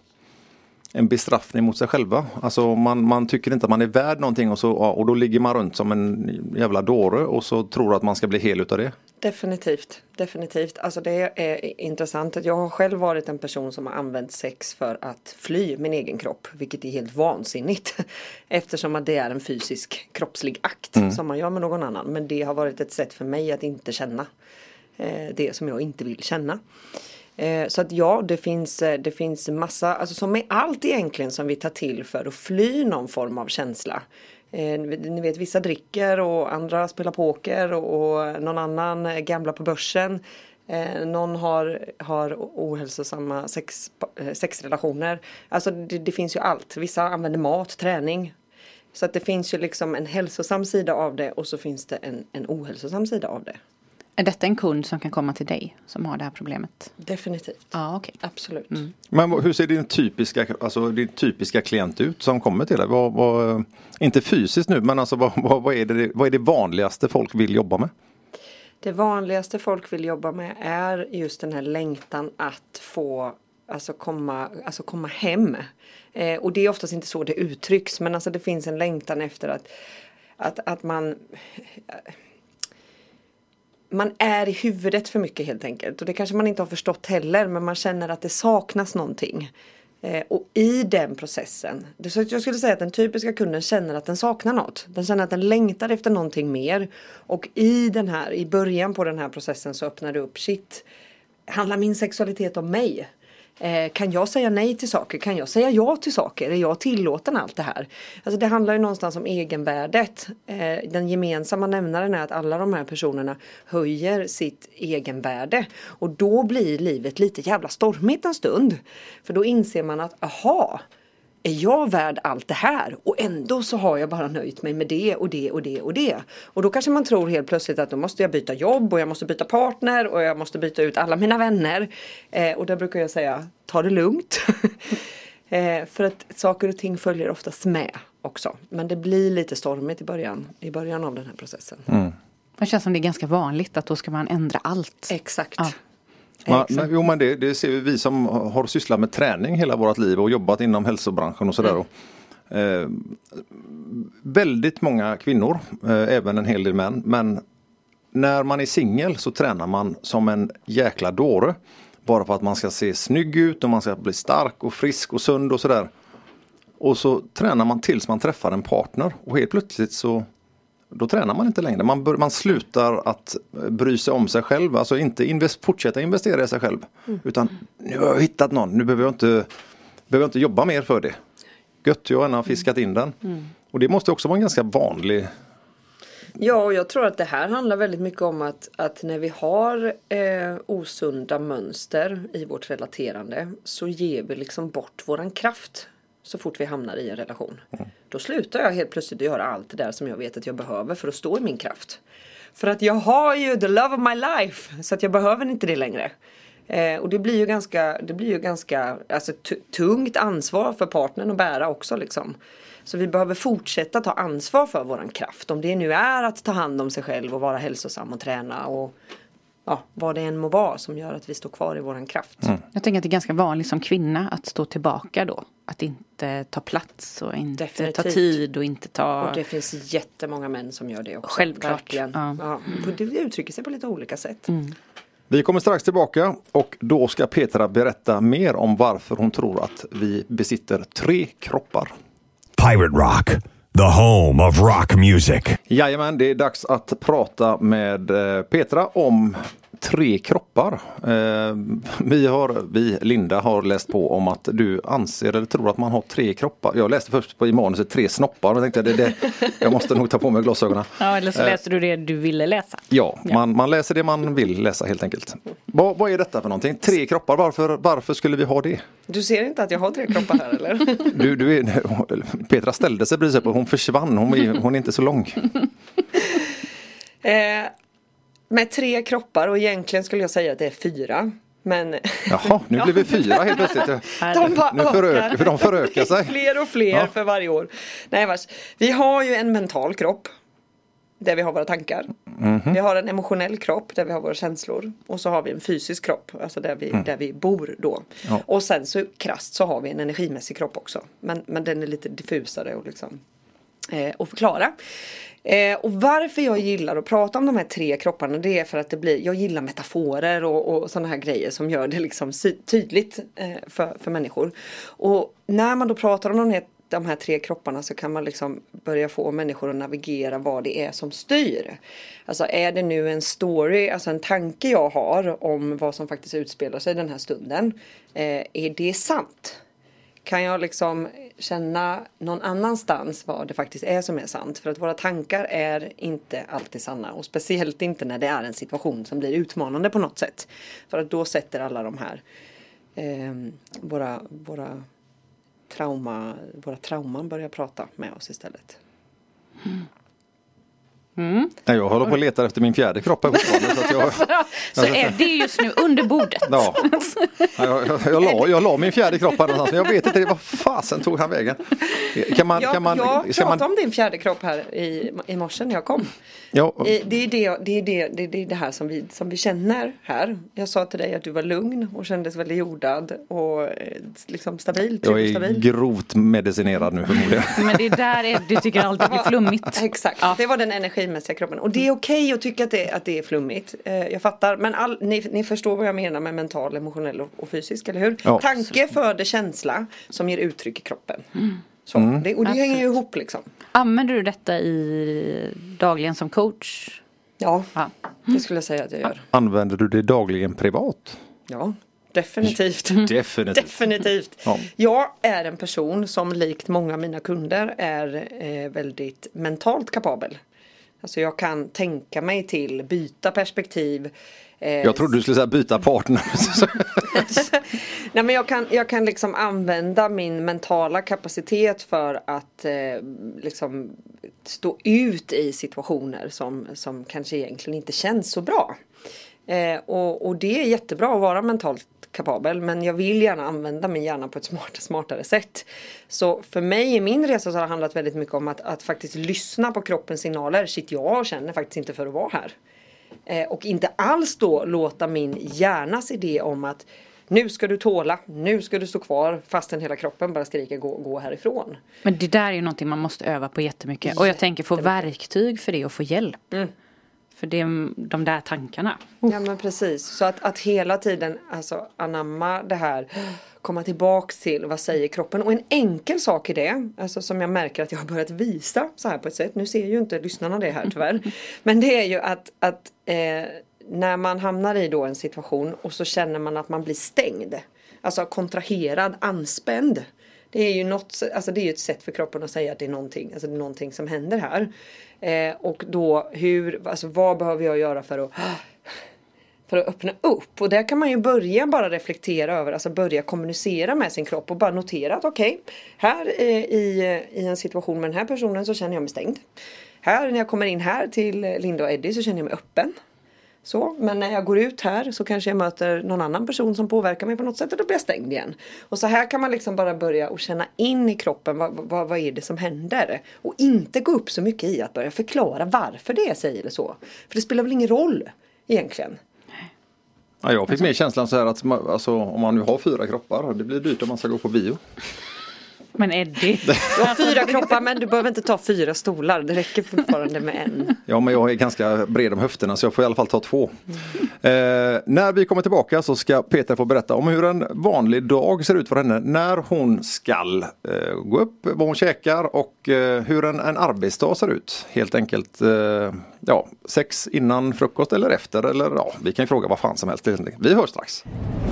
en bestraffning mot sig själva? Alltså man, man tycker inte att man är värd någonting och, så, och då ligger man runt som en jävla dåre och så tror att man ska bli hel utav det. Definitivt, definitivt. Alltså det är intressant att jag har själv varit en person som har använt sex för att fly min egen kropp. Vilket är helt vansinnigt. Eftersom att det är en fysisk kroppslig akt mm. som man gör med någon annan. Men det har varit ett sätt för mig att inte känna det som jag inte vill känna. Så att ja, det finns, det finns massa, alltså som med allt egentligen som vi tar till för att fly någon form av känsla. Ni vet, vissa dricker och andra spelar poker och någon annan gamblar på börsen. Någon har, har ohälsosamma sex, sexrelationer. Alltså det, det finns ju allt. Vissa använder mat, träning. Så att det finns ju liksom en hälsosam sida av det och så finns det en, en ohälsosam sida av det. Är detta en kund som kan komma till dig som har det här problemet? Definitivt. Ja, okej. Absolut. Mm. Men hur ser din typiska, alltså din typiska klient ut som kommer till dig? Vad, vad, inte fysiskt nu, men alltså vad, vad, vad, är det, vad är det vanligaste folk vill jobba med? Det vanligaste folk vill jobba med är just den här längtan att få alltså komma, alltså komma hem. Eh, och det är oftast inte så det uttrycks, men alltså det finns en längtan efter att, att, att man... Man är i huvudet för mycket helt enkelt. Och det kanske man inte har förstått heller. Men man känner att det saknas någonting. Eh, och i den processen. Det, så jag skulle säga att den typiska kunden känner att den saknar något. Den känner att den längtar efter någonting mer. Och i den här, i början på den här processen så öppnar det upp. Shit, handlar min sexualitet om mig? Eh, kan jag säga nej till saker? Kan jag säga ja till saker? Är jag tillåten allt det här? Alltså det handlar ju någonstans om egenvärdet. Eh, den gemensamma nämnaren är att alla de här personerna höjer sitt egenvärde. Och då blir livet lite jävla stormigt en stund. För då inser man att, aha, är jag värd allt det här? Och ändå så har jag bara nöjt mig med det och det och det och det. Och då kanske man tror helt plötsligt att då måste jag byta jobb och jag måste byta partner och jag måste byta ut alla mina vänner. Eh, och där brukar jag säga, ta det lugnt. eh, för att saker och ting följer oftast med också. Men det blir lite stormigt i början, i början av den här processen. Mm. Det känns som det är ganska vanligt att då ska man ändra allt. Exakt. Ja. Man, men, jo, men det, det ser vi, vi som har sysslat med träning hela vårt liv och jobbat inom hälsobranschen och sådär. Mm. Eh, väldigt många kvinnor, eh, även en hel del män. Men när man är singel så tränar man som en jäkla dåre. Bara för att man ska se snygg ut och man ska bli stark och frisk och sund och sådär. Och så tränar man tills man träffar en partner. Och helt plötsligt så... Då tränar man inte längre. Man, bör, man slutar att bry sig om sig själv. Alltså inte invest, fortsätta investera i sig själv. Mm. Utan nu har jag hittat någon. Nu behöver jag inte, behöver jag inte jobba mer för det. Gött, jag har fiskat in den. Mm. Och det måste också vara en ganska vanlig... Ja, och jag tror att det här handlar väldigt mycket om att, att när vi har eh, osunda mönster i vårt relaterande så ger vi liksom bort våran kraft. Så fort vi hamnar i en relation. Mm. Då slutar jag helt plötsligt att göra allt det där som jag vet att jag behöver för att stå i min kraft. För att jag har ju the love of my life. Så att jag behöver inte det längre. Eh, och det blir ju ganska, det blir ju ganska alltså, t- tungt ansvar för partnern att bära också liksom. Så vi behöver fortsätta ta ansvar för våran kraft. Om det nu är att ta hand om sig själv och vara hälsosam och träna och ja, vad det än må vara som gör att vi står kvar i våran kraft. Mm. Jag tänker att det är ganska vanligt som kvinna att stå tillbaka då. Att inte ta plats och inte Definitivt. ta tid och inte ta... Och det finns jättemånga män som gör det också. Självklart. Ja. Ja, det uttrycker sig på lite olika sätt. Mm. Vi kommer strax tillbaka och då ska Petra berätta mer om varför hon tror att vi besitter tre kroppar. Pirate Rock, the home of rock music. Jajamän, det är dags att prata med Petra om tre kroppar. Eh, vi, har, vi, Linda, har läst på om att du anser eller tror att man har tre kroppar. Jag läste först på i manuset tre snoppar och tänkte det, det, jag måste nog ta på mig glasögonen. Ja, eller så läste eh, du det du ville läsa. Ja, ja. Man, man läser det man vill läsa helt enkelt. Va, vad är detta för någonting? Tre kroppar, varför, varför skulle vi ha det? Du ser inte att jag har tre kroppar här, eller? Du, du är, Petra ställde sig precis upp och hon försvann. Hon är, hon är inte så lång. eh... Med tre kroppar och egentligen skulle jag säga att det är fyra. Men... Jaha, nu blir vi fyra helt plötsligt. De bara nu förökar, för de förökar sig. Fler och fler ja. för varje år. Nej, vars. Vi har ju en mental kropp. Där vi har våra tankar. Mm-hmm. Vi har en emotionell kropp där vi har våra känslor. Och så har vi en fysisk kropp. Alltså där vi, mm. där vi bor då. Ja. Och sen så krasst så har vi en energimässig kropp också. Men, men den är lite diffusare och liksom, eh, att förklara. Eh, och varför jag gillar att prata om de här tre kropparna, det är för att det blir, jag gillar metaforer och, och sådana här grejer som gör det liksom tydligt eh, för, för människor. Och när man då pratar om de här, de här tre kropparna så kan man liksom börja få människor att navigera vad det är som styr. Alltså är det nu en story, alltså en tanke jag har om vad som faktiskt utspelar sig den här stunden, eh, är det sant? Kan jag liksom känna någon annanstans vad det faktiskt är som är sant? För att våra tankar är inte alltid sanna. Och speciellt inte när det är en situation som blir utmanande på något sätt. För att då sätter alla de här eh, våra, våra, trauma, våra trauman börjar prata med oss istället. Mm. Mm. Jag håller på att leta efter min fjärde kropp här så att jag, så är det just nu under bordet. Ja. Jag, jag, jag, la, jag la min fjärde kropp här någonstans, men jag vet inte vad fasen tog han vägen. Kan man, jag kan man, jag pratade man... om din fjärde kropp här i, i morse när jag kom. Ja. I, det, är det, det, är det, det, är det här som vi, som vi känner här. Jag sa till dig att du var lugn och kändes väldigt jordad och liksom stabil. Jag är stabil. Grovt medicinerad nu förmodligen. Men det är där är, du tycker alltid blir flummigt. Exakt, ja. Det var den energimässiga kroppen. Och det är okej okay att tycka att det, att det är flummigt. Eh, jag fattar, men all, ni, ni förstår vad jag menar med mental, emotionell och, och fysisk, eller hur? Ja. Tanke föder känsla som ger uttryck i kroppen. Mm. Så, mm. det, och det Absolut. hänger ju ihop liksom. Använder du detta i dagligen som coach? Ja, ja. Det skulle jag säga att jag gör. Använder du det dagligen privat? Ja, definitivt. Definitivt. Definitivt. Ja. Jag är en person som likt många av mina kunder är eh, väldigt mentalt kapabel. Alltså jag kan tänka mig till, byta perspektiv. Eh, jag trodde du skulle säga byta partner. Nej, men jag kan, jag kan liksom använda min mentala kapacitet för att eh, liksom stå ut i situationer som, som kanske egentligen inte känns så bra. Eh, och, och det är jättebra att vara mentalt kapabel, men jag vill gärna använda min hjärna på ett smart, smartare sätt. Så för mig i min resa så har det handlat väldigt mycket om att, att faktiskt lyssna på kroppens signaler. Shit, jag känner faktiskt inte för att vara här. Eh, och inte alls då låta min hjärnas idé om att nu ska du tåla, nu ska du stå kvar fastän hela kroppen bara skriker gå, gå härifrån. Men det där är ju någonting man måste öva på jättemycket. Och jag tänker få verktyg för det och få hjälp. Mm. För det är de där tankarna. Ja, men precis. Så att, att hela tiden alltså, anamma det här. Komma tillbaks till vad säger kroppen. Och en enkel sak i det. Alltså som jag märker att jag har börjat visa så här på ett sätt. Nu ser ju inte lyssnarna det här tyvärr. Men det är ju att, att eh, när man hamnar i då en situation. Och så känner man att man blir stängd. Alltså kontraherad, anspänd. Det är ju något, alltså det är ju ett sätt för kroppen att säga att det är någonting, alltså det är någonting som händer här. Eh, och då hur, alltså vad behöver jag göra för att, för att öppna upp? Och där kan man ju börja bara reflektera över, alltså börja kommunicera med sin kropp och bara notera att okej, okay, här eh, i, i en situation med den här personen så känner jag mig stängd. Här när jag kommer in här till Linda och Eddie så känner jag mig öppen. Så, men när jag går ut här så kanske jag möter någon annan person som påverkar mig på något sätt och då blir jag stängd igen. Och så här kan man liksom bara börja och känna in i kroppen vad, vad, vad är det som händer. Och inte gå upp så mycket i att börja förklara varför det är sig eller så. För det spelar väl ingen roll egentligen. Ja, jag fick mer känslan så här att man, alltså, om man nu har fyra kroppar, det blir dyrt om man ska gå på bio. Men Eddie. Du har fyra kroppar men du behöver inte ta fyra stolar. Det räcker fortfarande med en. Ja, men jag är ganska bred om höfterna så jag får i alla fall ta två. Mm. Eh, när vi kommer tillbaka så ska Petra få berätta om hur en vanlig dag ser ut för henne när hon ska eh, gå upp, vad hon käkar och eh, hur en, en arbetsdag ser ut. Helt enkelt eh, ja, sex innan frukost eller efter eller ja, vi kan ju fråga vad fan som helst. Vi hörs strax.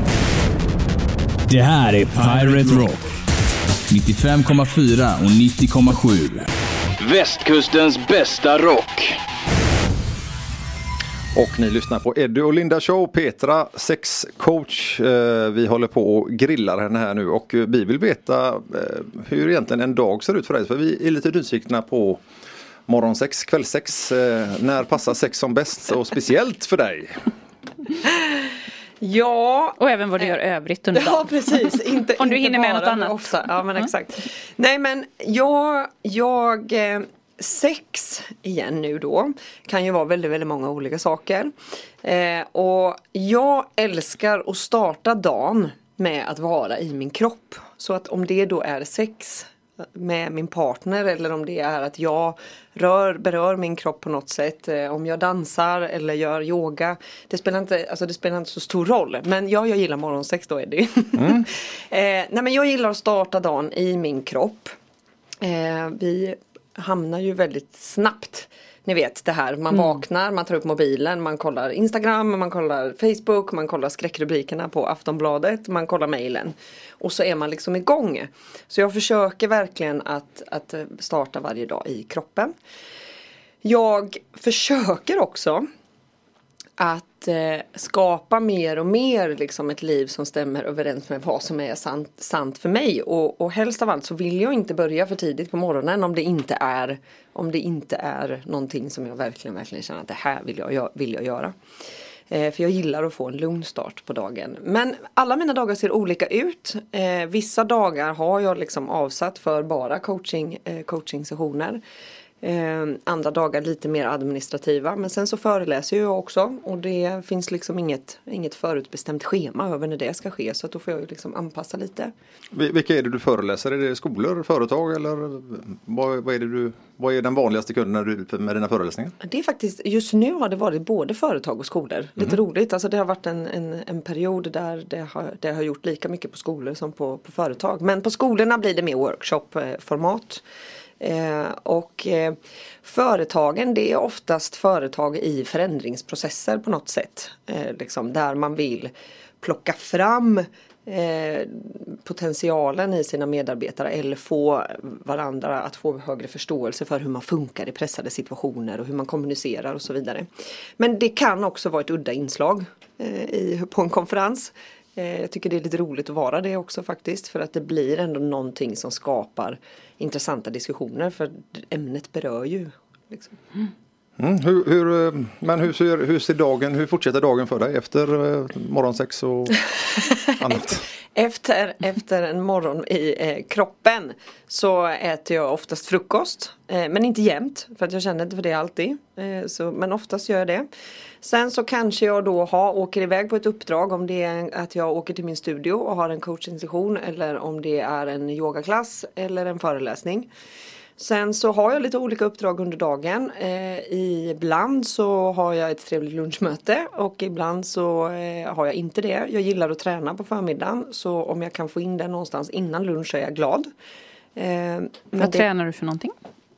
Det här är Pirate Rock. nittiofem komma fyra och nittio komma sju. Västkustens bästa rock. Och ni lyssnar på Eddie och Linda Show. Petra, sexcoach. Vi håller på och grillar henne här nu. Och vi vill veta hur egentligen en dag ser ut för dig. För vi är lite nyfikna på morgonsex, kvällsex. När passar sex som bäst och speciellt för dig? Ja. Och även vad du gör övrigt under dagen. Ja, precis. Inte, om du inte hinner med något annat. Ofta. Ja, men exakt. Nej, men jag... jag sex igen nu då kan ju vara väldigt, väldigt många olika saker. Eh, och jag älskar att starta dagen med att vara i min kropp. Så att om det då är sex med min partner eller om det är att jag rör, berör min kropp på något sätt. Eh, om jag dansar eller gör yoga. Det spelar inte, alltså det spelar inte så stor roll. Men ja, jag gillar morgonsex då är det. Mm. eh, nej men jag gillar att starta dagen i min kropp. Eh, vi hamnar ju väldigt snabbt. Ni vet det här, man mm. vaknar, man tar upp mobilen, man kollar Instagram, man kollar Facebook, man kollar skräckrubrikerna på Aftonbladet, man kollar mejlen. Och så är man liksom igång. Så jag försöker verkligen att, att starta varje dag i kroppen. Jag försöker också att eh, skapa mer och mer liksom ett liv som stämmer överens med vad som är sant, sant för mig. Och, och helst av allt så vill jag inte börja för tidigt på morgonen om det inte är, om det inte är någonting som jag verkligen, verkligen känner att det här vill jag, vill jag göra. Eh, för jag gillar att få en lugn start på dagen. Men alla mina dagar ser olika ut. Eh, vissa dagar har jag liksom avsatt för bara coaching, eh, coaching-sessioner. Eh, andra dagar lite mer administrativa. Men sen så föreläser jag också. Och det finns liksom inget, inget förutbestämt schema över när det ska ske. Så att då får jag liksom anpassa lite. Vilka är det du föreläser? Är det skolor, företag eller vad, vad, är, det du, vad är den vanligaste kunden när du, med dina föreläsningar? Det är faktiskt, just nu har det varit både företag och skolor. Lite mm. roligt. Alltså det har varit en, en, en period där det har, det har gjort lika mycket på skolor som på, på företag. Men på skolorna blir det mer workshop-format. Eh, och eh, företagen, det är oftast företag i förändringsprocesser på något sätt. Eh, liksom, där man vill plocka fram eh, potentialen i sina medarbetare eller få varandra att få högre förståelse för hur man funkar i pressade situationer och hur man kommunicerar och så vidare. Men det kan också vara ett udda inslag eh, i, på en konferens. Jag tycker det är lite roligt att vara det också faktiskt. För att det blir ändå någonting som skapar intressanta diskussioner. För ämnet berör ju. Liksom. Mm. Mm, hur, hur, men hur ser, hur ser dagen, hur fortsätter dagen för dig efter eh, morgonsex och annat? Efter, efter en morgon i eh, kroppen så äter jag oftast frukost. Eh, men inte jämt, för att jag känner inte för det alltid. Eh, så, men oftast gör jag det. Sen så kanske jag då har, åker iväg på ett uppdrag. Om det är att jag åker till min studio och har en coaching-session. Eller om det är en yogaklass eller en föreläsning. Sen så har jag lite olika uppdrag under dagen. Eh, ibland så har jag ett trevligt lunchmöte och ibland så eh, har jag inte det. Jag gillar att träna på förmiddagen, så om jag kan få in det någonstans innan lunch är jag glad. Eh, Vad det... tränar du för någonting?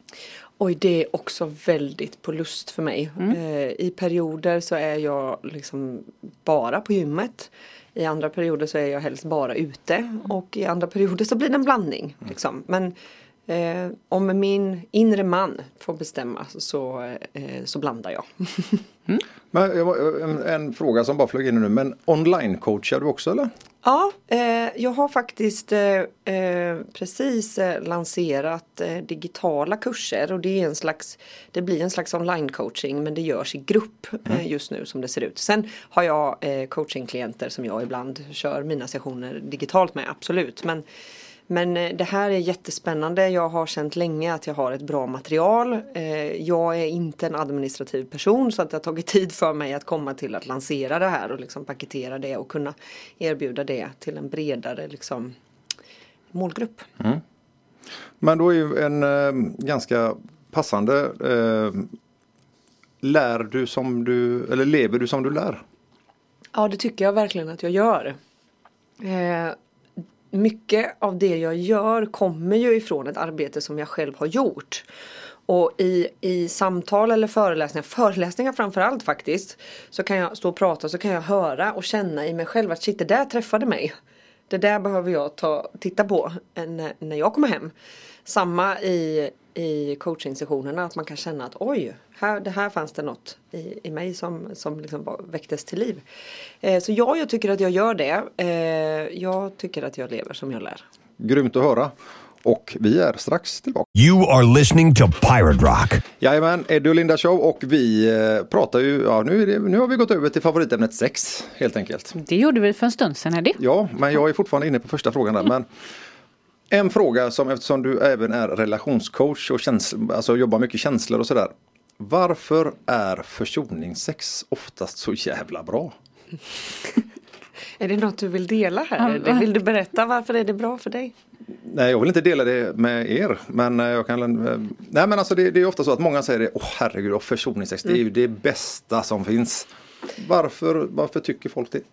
Oj, det är också väldigt på lust för mig. Mm. Eh, I perioder så är jag liksom bara på gymmet. I andra perioder så är jag helst bara ute. Och i andra perioder så blir det en blandning. Liksom. Men eh, om min inre man får bestämma så, eh, så blandar jag. mm. Men, en, en fråga som bara flög in nu. Men online-coachar du också eller? Ja, eh, jag har faktiskt eh, precis eh, lanserat eh, digitala kurser och det är en slags, det blir en slags online-coaching men det görs i grupp eh, just nu som det ser ut. Sen har jag eh, coachingklienter som jag ibland kör mina sessioner digitalt med, absolut. Men, Men det här är jättespännande. Jag har känt länge att jag har ett bra material. Jag är inte en administrativ person så att det har tagit tid för mig att komma till att lansera det här och liksom paketera det och kunna erbjuda det till en bredare liksom, målgrupp. Mm. Men då är ju en eh, ganska passande eh, lär du som du, eller lever du som du lär? Ja, det tycker jag verkligen att jag gör. Eh, mycket av det jag gör kommer ju ifrån ett arbete som jag själv har gjort. Och i, i samtal eller föreläsningar, föreläsningar framförallt faktiskt, så kan jag stå och prata, så kan jag höra och känna i mig själv att shit, det där träffade mig. Det där behöver jag ta, titta på när, när jag kommer hem. Samma i, i coaching-sessionerna, att man kan känna att oj, här, det här fanns det något i, i mig som, som liksom väcktes till liv. Eh, så ja, jag tycker att jag gör det. Eh, jag tycker att jag lever som jag lär. Grymt att höra. Och vi är strax tillbaka. You are listening to Pirate Rock. Jajamän, Eddie och Linda Show, och vi eh, pratar ju, ja nu, är det, nu har vi gått över till favoritämnet sex helt enkelt. Det gjorde vi för en stund sedan, Eddie. Ja, men jag är fortfarande inne på första frågan där. Men en fråga som, eftersom du även är relationscoach och käns- alltså jobbar mycket känslor och sådär. Varför är försoningssex oftast så jävla bra? Är det något du vill dela här? Ja, vill du berätta varför är det bra för dig? Nej, jag vill inte dela det med er, men jag kan... Nej, men alltså det, det är ofta så att många säger det, åh herregud, och försoningssex, mm. det är ju det bästa som finns. Varför, varför tycker folk det?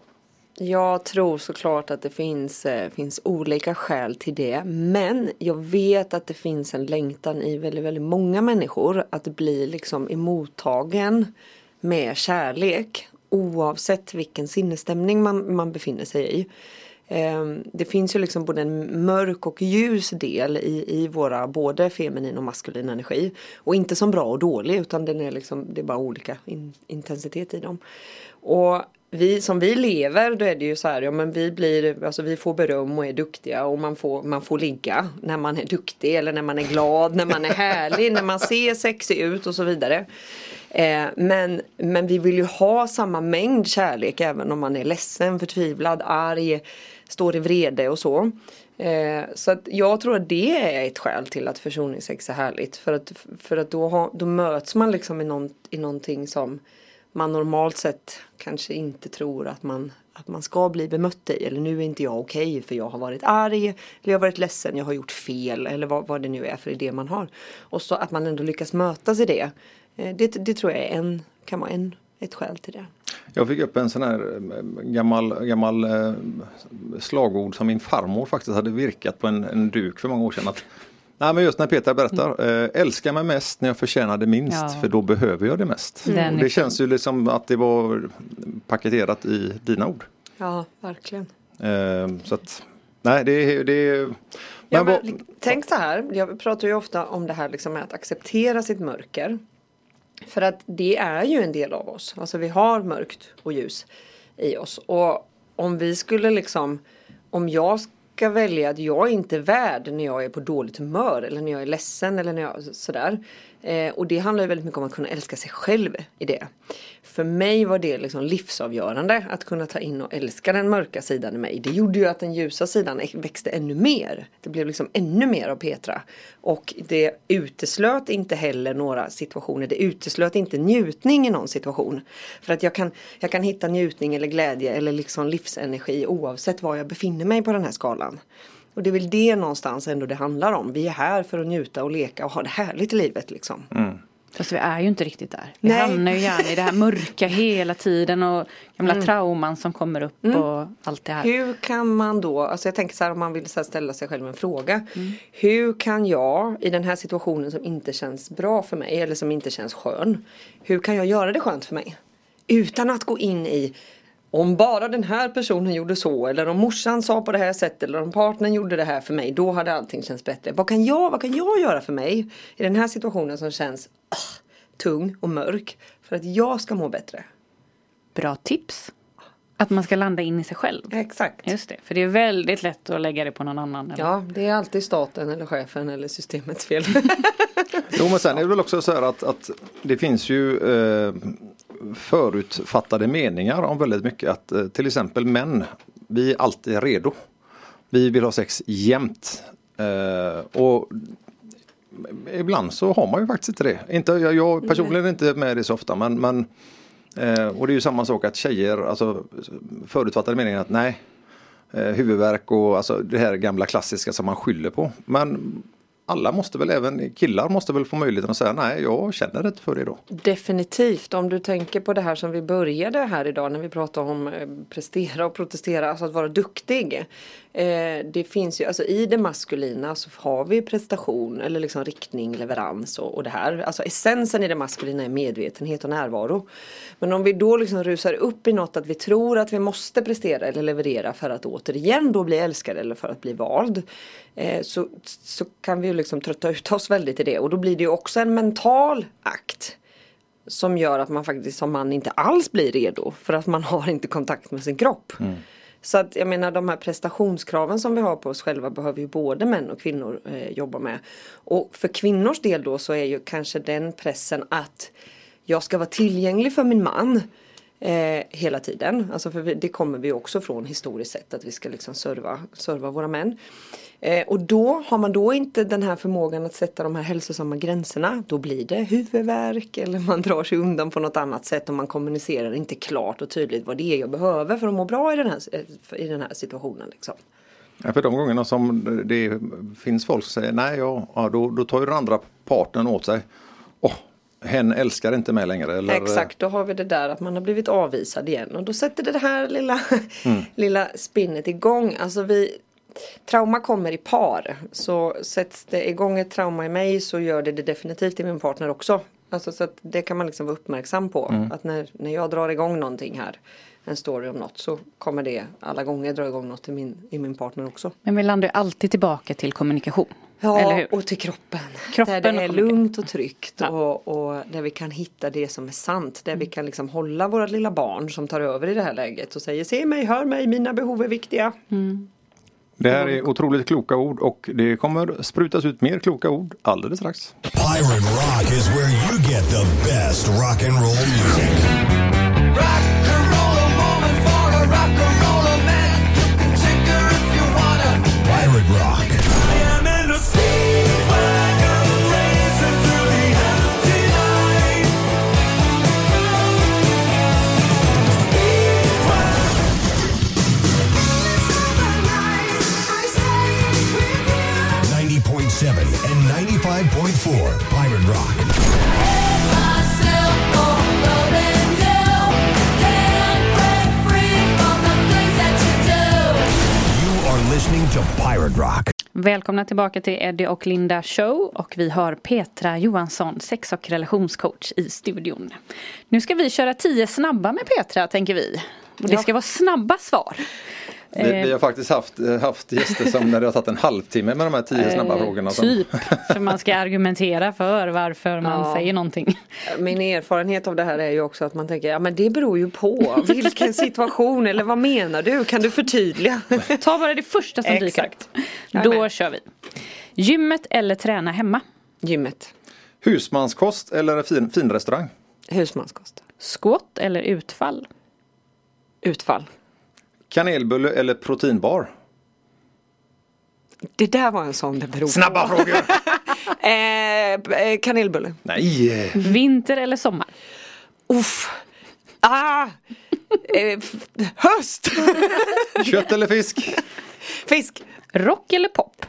Jag tror såklart att det finns, eh, finns olika skäl till det. Men jag vet att det finns en längtan i väldigt, väldigt många människor att bli liksom emottagen med kärlek. Oavsett vilken sinnesstämning man, man befinner sig i. Eh, det finns ju liksom både en mörk och ljus del i, i våra både feminin och maskulin energi. Och inte som bra och dålig, utan den är liksom, det är bara olika in, intensitet i dem. Och vi, som vi lever, då är det ju så här, ja men vi blir, alltså vi får beröm och är duktiga och man får, man får ligga när man är duktig eller när man är glad, när man är härlig, när man ser sexig ut och så vidare. Eh, men, men vi vill ju ha samma mängd kärlek även om man är ledsen, förtvivlad, arg, står i vrede och så. Eh, så att jag tror att det är ett skäl till att försoningssex är härligt. För att, för att då, ha, då möts man liksom i, någon, i någonting som man normalt sett kanske inte tror att man, att man ska bli bemött i. Eller nu är inte jag okej för jag har varit arg. Eller jag har varit ledsen, jag har gjort fel. Eller vad, vad det nu är för idé man har. Och så att man ändå lyckas mötas i det. Det, det tror jag är en, kan vara en, ett skäl till det. Jag fick upp en sån här gammal, gammal eh, slagord som min farmor faktiskt hade virkat på en, en duk för många år sedan. Att, nej, men just när Peter berättar, eh, älska mig mest när jag förtjänar det minst, ja. För då behöver jag det mest. Mm. Det känns ju liksom att det var paketerat i dina ord. Ja, verkligen. Eh, så att, nej det, det men ja, men, tänk så här, jag pratar ju ofta om det här liksom med att acceptera sitt mörker. För att det är ju en del av oss. Alltså vi har mörkt och ljus i oss. Och om vi skulle liksom, om jag ska välja att jag inte är värd när jag är på dåligt humör. Eller när jag är ledsen eller när jag sådär. Eh, och det handlar ju väldigt mycket om att kunna älska sig själv i det. För mig var det liksom livsavgörande att kunna ta in och älska den mörka sidan i mig. Det gjorde ju att den ljusa sidan växte ännu mer. Det blev liksom ännu mer av Petra. Och det uteslöt inte heller några situationer. Det uteslöt inte njutning i någon situation. För att jag kan, jag kan hitta njutning eller glädje eller liksom livsenergi oavsett var jag befinner mig på den här skalan. Och det är väl det någonstans ändå det handlar om. Vi är här för att njuta och leka och ha det härligt i livet liksom. Mm. Fast vi är ju inte riktigt där. Vi Nej. hamnar ju gärna i det här mörka hela tiden och gamla mm. trauman som kommer upp mm. och allt det här. Hur kan man då, alltså jag tänker så här om man vill så här ställa sig själv en fråga. Mm. Hur kan jag i den här situationen som inte känns bra för mig eller som inte känns skön. Hur kan jag göra det skönt för mig? Utan att gå in i om bara den här personen gjorde så eller om morsan sa på det här sättet eller om partnern gjorde det här för mig, då hade allting känts bättre. Vad kan jag, vad kan jag göra för mig i den här situationen som känns uh, tung och mörk för att jag ska må bättre? Bra tips. Att man ska landa in i sig själv. Exakt. Just det, för det är väldigt lätt att lägga det på någon annan. Eller? Ja, det är alltid staten eller chefen eller systemets fel. Jo, men sen är det väl också så här att, att det finns ju eh, förutfattade meningar om väldigt mycket. Att eh, till exempel män, vi är alltid redo. Vi vill ha sex jämt. Eh, och ibland så har man ju faktiskt inte det. Inte, jag, jag personligen är inte med det så ofta. Men, men, eh, och det är ju samma sak att tjejer, alltså förutfattade meningen att nej, eh, huvudvärk och alltså det här gamla klassiska som man skyller på. Men alla måste väl, även killar måste väl få möjligheten att säga nej, jag känner inte för det då. Definitivt, om du tänker på det här som vi började här idag när vi pratade om prestera och protestera, alltså att vara duktig. Eh, det finns ju, alltså i det maskulina så har vi prestation eller liksom riktning, leverans och, och det här. Alltså essensen i det maskulina är medvetenhet och närvaro. Men om vi då liksom rusar upp i något att vi tror att vi måste prestera eller leverera för att återigen då bli älskad eller för att bli vald. Eh, så, så kan vi ju liksom trötta ut oss väldigt i det. Och då blir det ju också en mental akt. Som gör att man faktiskt som man inte alls blir redo. För att man har inte kontakt med sin kropp. Mm. Så att jag menar de här prestationskraven som vi har på oss själva behöver ju både män och kvinnor eh, jobba med. Och för kvinnors del då så är ju kanske den pressen att jag ska vara tillgänglig för min man eh, hela tiden. Alltså för vi, det kommer vi också från historiskt sett att vi ska liksom serva, serva våra män. Eh, och då har man då inte den här förmågan att sätta de här hälsosamma gränserna. Då blir det huvudvärk eller man drar sig undan på något annat sätt och man kommunicerar inte klart och tydligt vad det är jag behöver för att må bra i den här, i den här situationen. Liksom. Ja, för de gångerna som det finns folk som säger nej, ja, ja då, då tar ju den andra parten åt sig. Åh, hen älskar inte mig längre. Eller... Exakt, då har vi det där att man har blivit avvisad igen. Och då sätter det här lilla, mm. lilla spinnet igång. Alltså vi... Trauma kommer i par. Så sätts det igång ett trauma i mig så gör det det definitivt i min partner också. Alltså så att det kan man liksom vara uppmärksam på. Mm. Att när, när jag drar igång någonting här, en story om något, så kommer det alla gånger dra igång något i min, i min partner också. Men vi landar alltid tillbaka till kommunikation. Ja, eller hur? Och till kroppen. kroppen där det är och lugnt och tryggt. Ja. Och, och där vi kan hitta det som är sant. Där mm. vi kan liksom hålla våra lilla barn som tar över i det här läget. Och säger, se mig, hör mig, mina behov är viktiga. Mm. Det här är otroligt kloka ord och det kommer sprutas ut mer kloka ord alldeles strax. Pirate Rock is where you get the best rock and roll music. Rock and roll a woman for a rock and roll a man. You can take her if you wanna. Pirate Rock. I am in the speedwagon racing through the empty night. ninety point seven and ninety-five point four Pirate Rock. You are listening to Pirate Rock. Välkomna tillbaka till Eddie och Linda Show och vi har Petra Johansson, sex- och relationscoach i studion. Nu ska vi köra tio snabba med Petra, tänker vi. Och det ska vara snabba svar. Vi, vi har faktiskt haft, haft gäster som när det har tagit en halvtimme med de här tio snabba eh, frågorna. Som... Typ, för man ska argumentera för varför man ja. säger någonting. Min erfarenhet av det här är ju också att man tänker, ja men det beror ju på vilken situation eller vad menar du? Kan du förtydliga? Ta bara det första som dyker upp. Då kör vi. Gymmet eller träna hemma? Gymmet. Husmanskost eller fin, fin restaurang? Husmanskost. Squat eller utfall? Utfall. Kanelbulle eller proteinbar? Det där var en sån det beror på. Snabba frågor! eh, kanelbulle. Nej! Vinter eller sommar? Uff. Ah! eh, höst! Kött eller fisk? Fisk. Rock eller pop?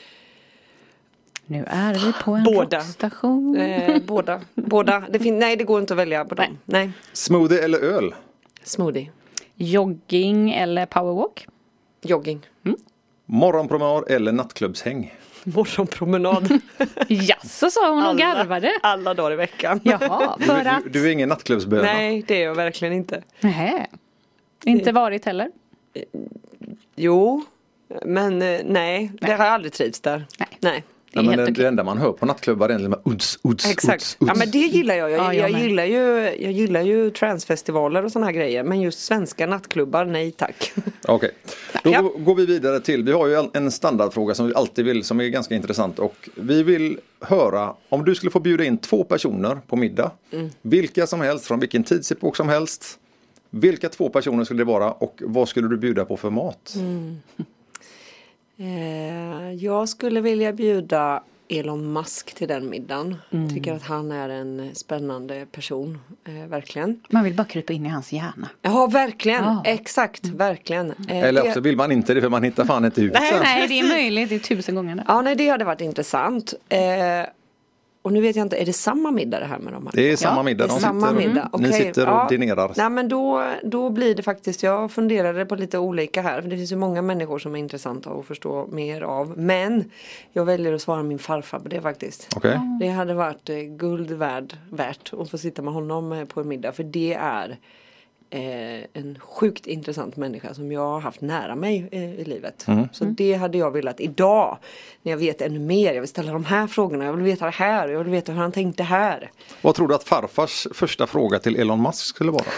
Nu är vi på en båda. rockstation. Eh, båda. båda. Det fin- nej, det går inte att välja på dem. Nej. Nej. Smoothie eller öl? Smoothie. Jogging eller powerwalk? Jogging. Mm. Morgonpromenad eller nattklubbshäng? Morgonpromenad. Jaså, sa hon och garvade. Alla dagar i veckan. Jaha, för du, att... du, du är ingen nattklubbsböna? Nej, det är jag verkligen inte. Nej. Inte varit heller? Jo, men nej, nej. det har jag aldrig trivts där. Nej. nej. Det är ja, men helt det, okej. det enda man hör på nattklubbar är med uds, uds, Exakt. uds, uds. Ja, men det gillar jag. Jag, Ja, jag, jag med. gillar ju, jag gillar ju transfestivaler och såna här grejer. Men just svenska nattklubbar, nej tack. Okej, okay. Då Ja. går vi vidare till, vi har ju en standardfråga som vi alltid vill, som är ganska intressant. Och vi vill höra, om du skulle få bjuda in två personer på middag. Mm. Vilka som helst, från vilken tidsepok som helst. Vilka två personer skulle det vara och vad skulle du bjuda på för mat? Mm. Eh, jag skulle vilja bjuda Elon Musk till den middagen. Mm. Jag tycker att han är en spännande person. Eh, verkligen. Man vill bara krypa in i hans hjärna. Ja, verkligen. Ja. Exakt, verkligen. Eh, Eller det- också vill man inte det för man hittar fan inte ut Nej, sen. Nej, det är möjligt. Det är tusen gånger nu. Ja, nej, det hade varit intressant. Eh, och nu vet jag inte, är det samma middag det här med de här? Det är samma Ja, middag. Det är De samma sitter, middag. Ni Okej, sitter och ja. dinerar. Nej, men då, då blir det faktiskt, jag funderade på lite olika här. För det finns ju många människor som är intressanta att förstå mer av. Men jag väljer att svara min farfar på det faktiskt. Okej. Det hade varit eh, guld värd, värt att få sitta med honom eh, på en middag. För det är eh, en sjukt intressant människa som jag har haft nära mig eh, i livet. Så det hade jag velat idag. När jag vet ännu mer. Jag vill ställa de här frågorna. Jag vill veta det här. Jag vill veta hur han tänkte här. Vad tror du att farfars första fråga till Elon Musk skulle vara?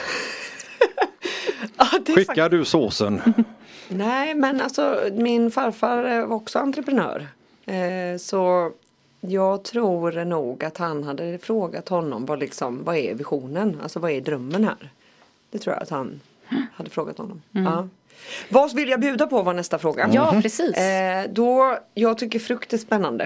Ja, det är Skickar du såsen? Nej, men alltså min farfar var också entreprenör. Eh, så jag tror nog att han hade frågat honom vad, liksom, vad är visionen? Alltså vad är drömmen här? Det tror jag att han hade frågat honom. Ja. Vad vill jag bjuda på var nästa fråga. Ja, precis. Eh, då, jag tycker frukt är spännande.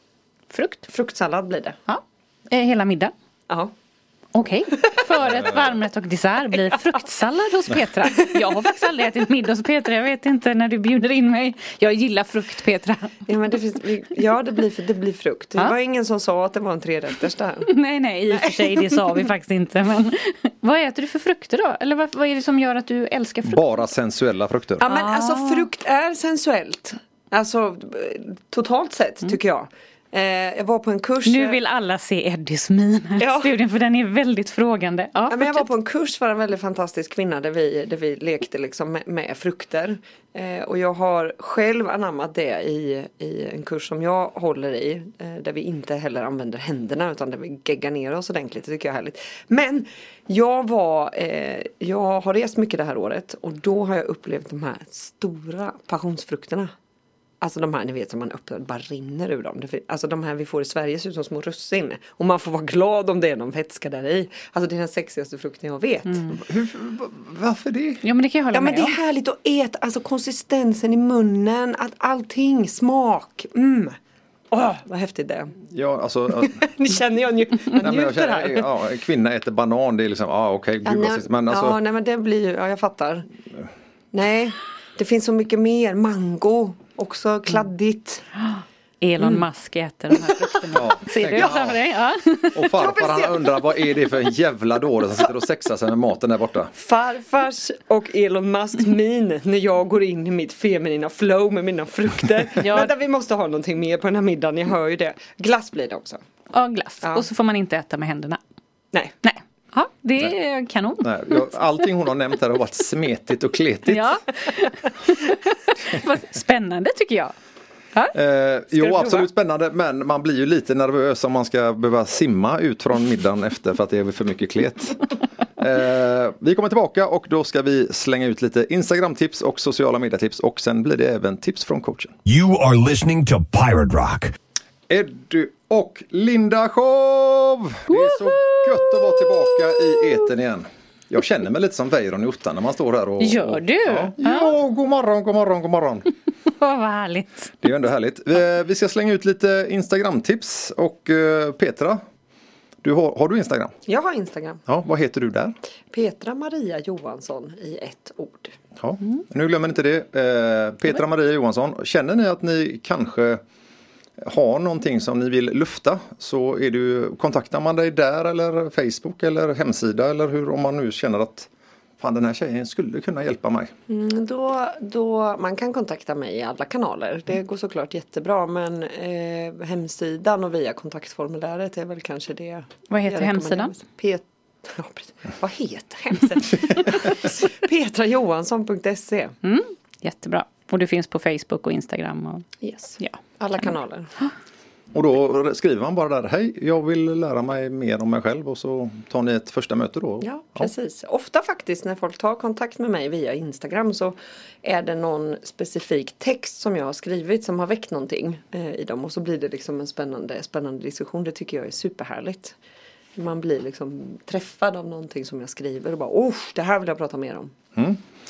Frukt. Fruktsallad blir det. Ja. Eh, Hela middag. Ja. Okej. Förrätt, varmrätt och dessert blir fruktsallad hos Petra. Jag har faktiskt aldrig ätit middag hos Petra. Jag vet inte när du bjuder in mig. Jag gillar frukt, Petra. Ja, men det, finns, ja det, blir, det blir frukt. Det Ja. var ingen som sa att det var en trerätters där. Nej, nej, i och för sig, det sa vi faktiskt inte. Men vad äter du för frukter då? Eller vad, vad är det som gör att du älskar frukt? Bara sensuella frukter. Ja, men alltså frukt är sensuellt. Alltså totalt sett tycker jag. Eh, jag var på en kurs. Nu vill alla se Eddies min här i Ja. studion, för den är väldigt frågande. Ja, Ja, men jag var fortsätt. på en kurs för en väldigt fantastisk kvinna där vi, där vi lekte liksom med, med frukter. Eh, och jag har själv anammat det i, i en kurs som jag håller i. Eh, där vi inte heller använder händerna utan där vi geggar ner oss ordentligt. Det tycker jag är härligt. Men jag var, eh, jag har rest mycket det här året och då har jag upplevt de här stora passionsfrukterna. Alltså de här ni vet som man öppnar bara rinner ur dem. Alltså de här vi får i Sverige ser ut som små russin. Och man får vara glad om det är någon vätska där i. Alltså det är den sexigaste frukten jag vet. Hur, varför det? Ja, men det kan jag hålla Ja men med det om. är härligt att äta. Alltså konsistensen i munnen. Att allting. Smak. Mm. Åh vad häftigt det är. Ja, alltså, Ni känner jag, nju- jag nej, men jag njuter känner, här. ja, en kvinna äter banan, det är liksom, ja okej, Ja, gud vad nej, sist. Men alltså, ja nej men det blir ju, ja jag fattar. Nej, det finns så mycket mer. Mango. Också kladdigt. Elon Musk äter de här frukterna. ja, Ser du tänker jag. framför dig? Ja. Och farfar han undrar, vad är det för en jävla dåre som sitter och sexar sig med maten där borta? Farfars och Elon Musks min när jag går in i mitt feminina flow med mina frukter. Ja. Vänta, vi måste ha någonting mer på den här middagen, jag hör ju det. Glass blir det också. Ja, glass. Ja. Och så får man inte äta med händerna. Nej. Nej. Ja, det är kanon. Nej, jag, allting hon har nämnt här har varit smetigt och kletigt. Ja. Vad spännande tycker jag. Eh, jo, prova? absolut spännande, men man blir ju lite nervös om man ska behöva simma ut från middagen efter för att det är för mycket klet. Eh, vi kommer tillbaka och då ska vi slänga ut lite Instagram-tips och sociala medietips och sen blir det även tips från coachen. You are listening to Pirate Rock. Eddie och Linda Show! Det är så gött att vara tillbaka i etern igen. Jag känner mig lite som Weiron i ottan när man står här och... Gör du? Ja, ja, god morgon, god morgon, god morgon. Vad härligt. Det är ju ändå härligt. Vi, vi ska slänga ut lite Instagram-tips och uh, Petra, du har, har du Instagram? Jag har Instagram. Ja, vad heter du där? Petra Maria Johansson i ett ord. Ja, nu glömmer ni inte det. Eh, Petra Maria Johansson, känner ni att ni kanske har någonting som ni vill lufta så är det ju, kontaktar man dig där eller Facebook eller hemsida eller hur, om man nu känner att fan den här tjejen skulle kunna hjälpa mig. Mm, då, då, man kan kontakta mig i alla kanaler. Det går såklart jättebra men eh, hemsidan och via kontaktformuläret är väl kanske det. Vad heter jag hemsidan? Pet- ja, precis. Vad heter hemsidan? petra johansson punkt se. Mm, jättebra. Och du finns på Facebook och Instagram. Och... Yes. Ja, Alla kanaler. Och då skriver man bara där, hej jag vill lära mig mer om mig själv och så tar ni ett första möte då. Ja, precis. Ofta faktiskt när folk tar kontakt med mig via Instagram så är det någon specifik text som jag har skrivit som har väckt någonting eh, i dem. Och så blir det liksom en spännande, spännande diskussion. Det tycker jag är superhärligt. Man blir liksom träffad av någonting som jag skriver och bara, oh, det här vill jag prata mer om. Mm.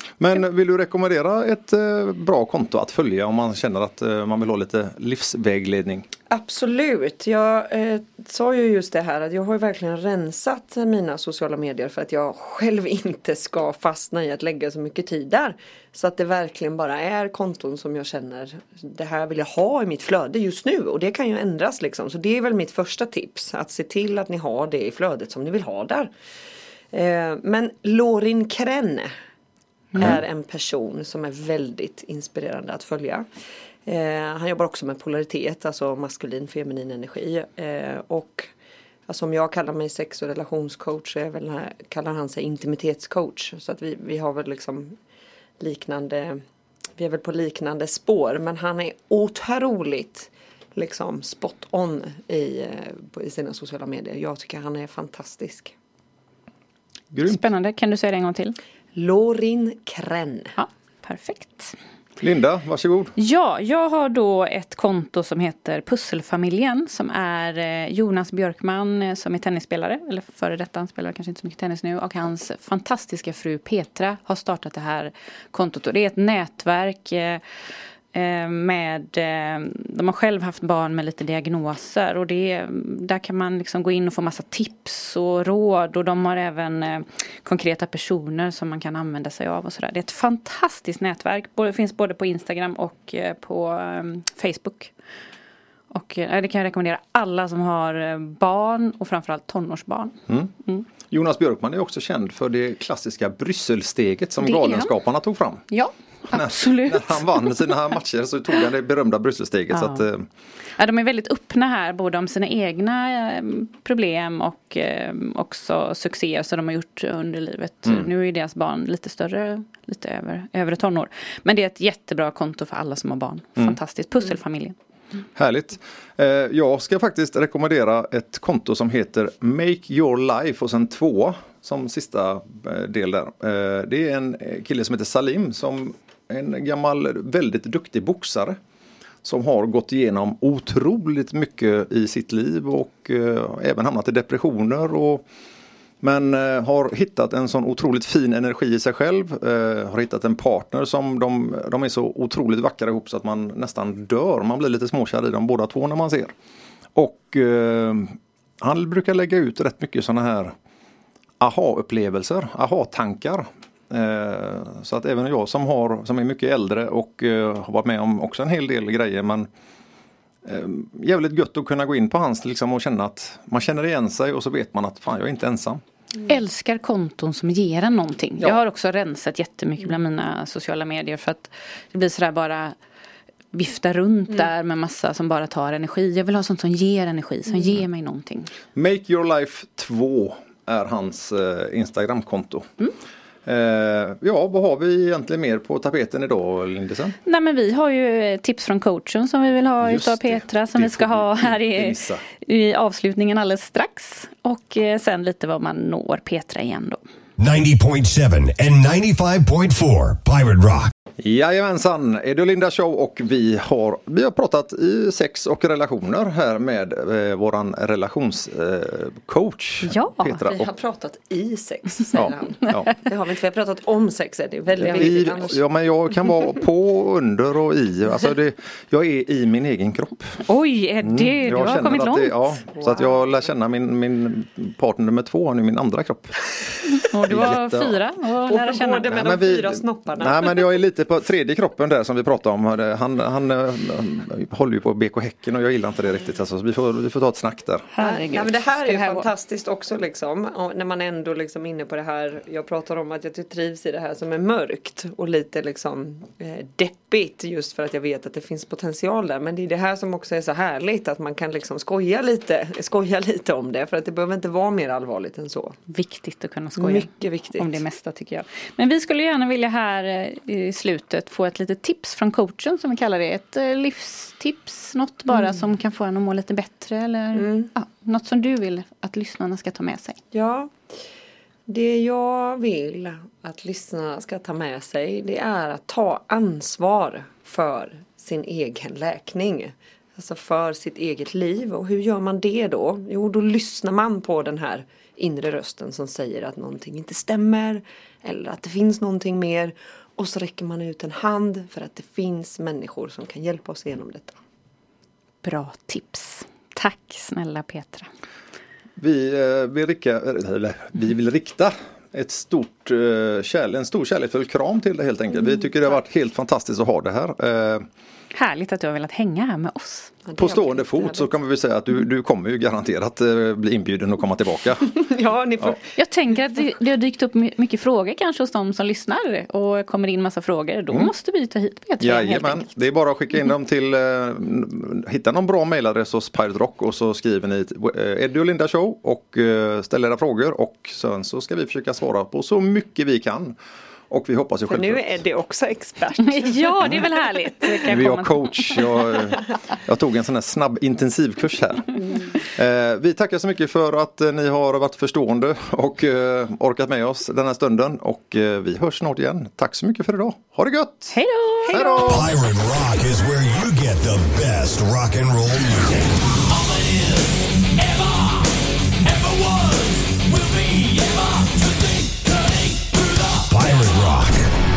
Men vill du rekommendera ett eh, bra konto att följa om man känner att eh, man vill ha lite livsvägledning? Absolut. Jag eh, sa ju just det här att jag har ju verkligen rensat mina sociala medier för att jag själv inte ska fastna i att lägga så mycket tid där. Så att det verkligen bara är konton som jag känner, det här vill jag ha i mitt flöde just nu. Och det kan ju ändras liksom. Så det är väl mitt första tips. Att se till att ni har det i flödet som ni vill ha där. Eh, men Lorin Krenn mm. är en person som är väldigt inspirerande att följa. Eh, han jobbar också med polaritet, alltså maskulin, feminin energi. Eh, och alltså om jag kallar mig sex- och relationscoach så är väl här, kallar han sig intimitetscoach. Så att vi, vi har väl liksom liknande, vi är väl på liknande spår. Men han är otroligt liksom spot on i, i sina sociala medier. Jag tycker han är fantastisk. Grymt. Spännande, kan du säga det en gång till? Lorin Krenn. Ja, perfekt. Linda, varsågod. Ja, jag har då ett konto som heter Pusselfamiljen som är Jonas Björkman som är tennisspelare, eller före detta, han spelar kanske inte så mycket tennis nu, och hans fantastiska fru Petra har startat det här kontot och det är ett nätverk med, de har själv haft barn med lite diagnoser och det, där kan man liksom gå in och få massa tips och råd och de har även konkreta personer som man kan använda sig av och sådär. Det är ett fantastiskt nätverk, det finns både på Instagram och på Facebook. Och det kan jag rekommendera alla som har barn och framförallt tonårsbarn. Mm. Mm. Jonas Björkman är också känd för det klassiska Brysselsteget som Galenskaparna tog fram. Ja. Absolut. När, när han vann sina matcher så tog han det berömda Brysselsteget. Ja. Så att, eh. ja, de är väldigt öppna här både om sina egna eh, problem och eh, också succéer som de har gjort under livet. Mm. Nu är deras barn lite större, lite över, övre tonår. Men det är ett jättebra konto för alla som har barn. Mm. Fantastiskt. Pusselfamiljen. Mm. Härligt. Eh, jag ska faktiskt rekommendera ett konto som heter Make Your Life och sen två som sista eh, del där. Eh, det är en kille som heter Salim som en gammal väldigt duktig boxare som har gått igenom otroligt mycket i sitt liv och eh, även hamnat i depressioner och men eh, har hittat en sån otroligt fin energi i sig själv. Eh, har hittat en partner som de, de är så otroligt vackra ihop så att man nästan dör. Man blir lite småkär i dem båda två när man ser. Och eh, han brukar lägga ut rätt mycket såna här aha-upplevelser, aha-tankar. Eh, så att även jag som, har, som är mycket äldre och eh, har varit med om också en hel del grejer men eh, jävligt gött att kunna gå in på hans liksom, och känna att man känner igen sig och så vet man att fan jag är inte ensam. Mm. Älskar konton som ger en någonting. Ja. Jag har också rensat jättemycket bland mina sociala medier för att det blir sådär bara vifta runt mm. där med massa som bara tar energi. Jag vill ha sånt som ger energi, som mm. ger mig någonting. Make Your Life två är hans eh, Instagramkonto. Mm. Eh, ja, vad har vi egentligen mer på tapeten idag, Lindesen? Nej, men vi har ju tips från coachen som vi vill ha Just utav Petra det, som det vi ska ha här i, i avslutningen alldeles strax. Och eh, sen lite vad man når Petra igen då. ninety point seven and ninety-five point four Pirate Rock. Jajamensan, Eddie och Linda Show och vi har, vi har pratat i sex och relationer här med eh, våran relationscoach eh, ja, Petra. Vi har pratat i sex, säger ja, han. Ja. Det har vi inte, vi har pratat om sex, det är väldigt I, viktigt annars. Ja, men jag kan vara på, under och i. Alltså det, jag är i min egen kropp. Oj, Eddie, Mm, du har kommit långt. Det, ja, wow. Så att jag lär känna min, min partner nummer två nu, min andra kropp. Och du var Jätte... fyra och lära känna. Och med nej, de men vi, fyra snopparna. Nej, men jag är lite på tredje kroppen där som vi pratade om. Han, han, han, han håller ju på B K Häcken och jag gillar inte det riktigt. Alltså, vi, får, vi får ta ett snack där. Nej, men det här är ju här fantastiskt också liksom. Och när man ändå liksom inne på det här. Jag pratar om att jag trivs i det här som är mörkt. Och lite liksom eh, deppigt. Just för att jag vet att det finns potential där. Men det är det här som också är så härligt. Att man kan liksom skoja lite, skoja lite om det. För att det behöver inte vara mer allvarligt än så. Viktigt att kunna skoja. Mycket viktigt. Om det mesta tycker jag. Men vi skulle gärna vilja här i slutet få ett litet tips från coachen som vi kallar det. Ett livstips, något bara mm. som kan få en att må lite bättre. Eller mm. ja, något som du vill att lyssnarna ska ta med sig. Ja, det jag vill att lyssnarna ska ta med sig det är att ta ansvar för sin egen läkning. Alltså för sitt eget liv. Och hur gör man det då? Jo, då lyssnar man på den här inre rösten som säger att någonting inte stämmer. Eller att det finns någonting mer. Och så räcker man ut en hand för att det finns människor som kan hjälpa oss igenom detta. Bra tips. Tack snälla Petra. Vi, eh, vill, rikta, eller, vi vill rikta ett stort, eh, kärle, en stor kärleksfull kram till det helt enkelt. Vi tycker det har varit helt fantastiskt att ha det här. Eh, Härligt att du har velat hänga här med oss. Ja, på stående fot så kan vi väl säga att du, du kommer ju garanterat eh, bli inbjuden och komma tillbaka. Ja, ni får... Ja. Jag tänker att det, det har dykt upp mycket frågor kanske hos de som lyssnar och kommer in massa frågor. Då mm. måste vi ta hit Petra helt Jajamän, enkelt. det är bara att skicka in dem till, eh, hitta någon bra mailadress hos Pirate Rock och så skriver ni eh, Eddie och Linda Show och eh, ställer era frågor och sen så ska vi försöka svara på så mycket vi kan. Och vi hoppas ju För självklart. nu är det också expert. Ja, det är väl härligt. Det kan Nu är komma jag coach. Jag, jag tog en sån här snabb intensivkurs här. Mm. Eh, vi tackar så mycket för att eh, ni har varit förstående och eh, orkat med oss den här stunden. Och eh, vi hörs snart igen. Tack så mycket för idag. Ha det gött! Hej då! Hej då! Pirate Rock is where you get the best rock and roll music. Pirate Rock.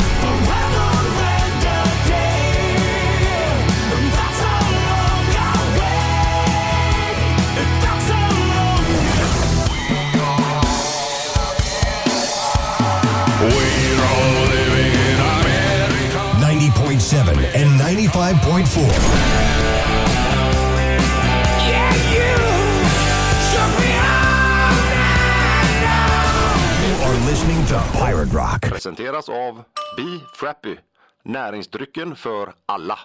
ninety point seven and ninety-five point four. Yeah, you shook me out. You are listening to Pirate Rock. Presenteras av Be Frappy, näringsdrycken för alla.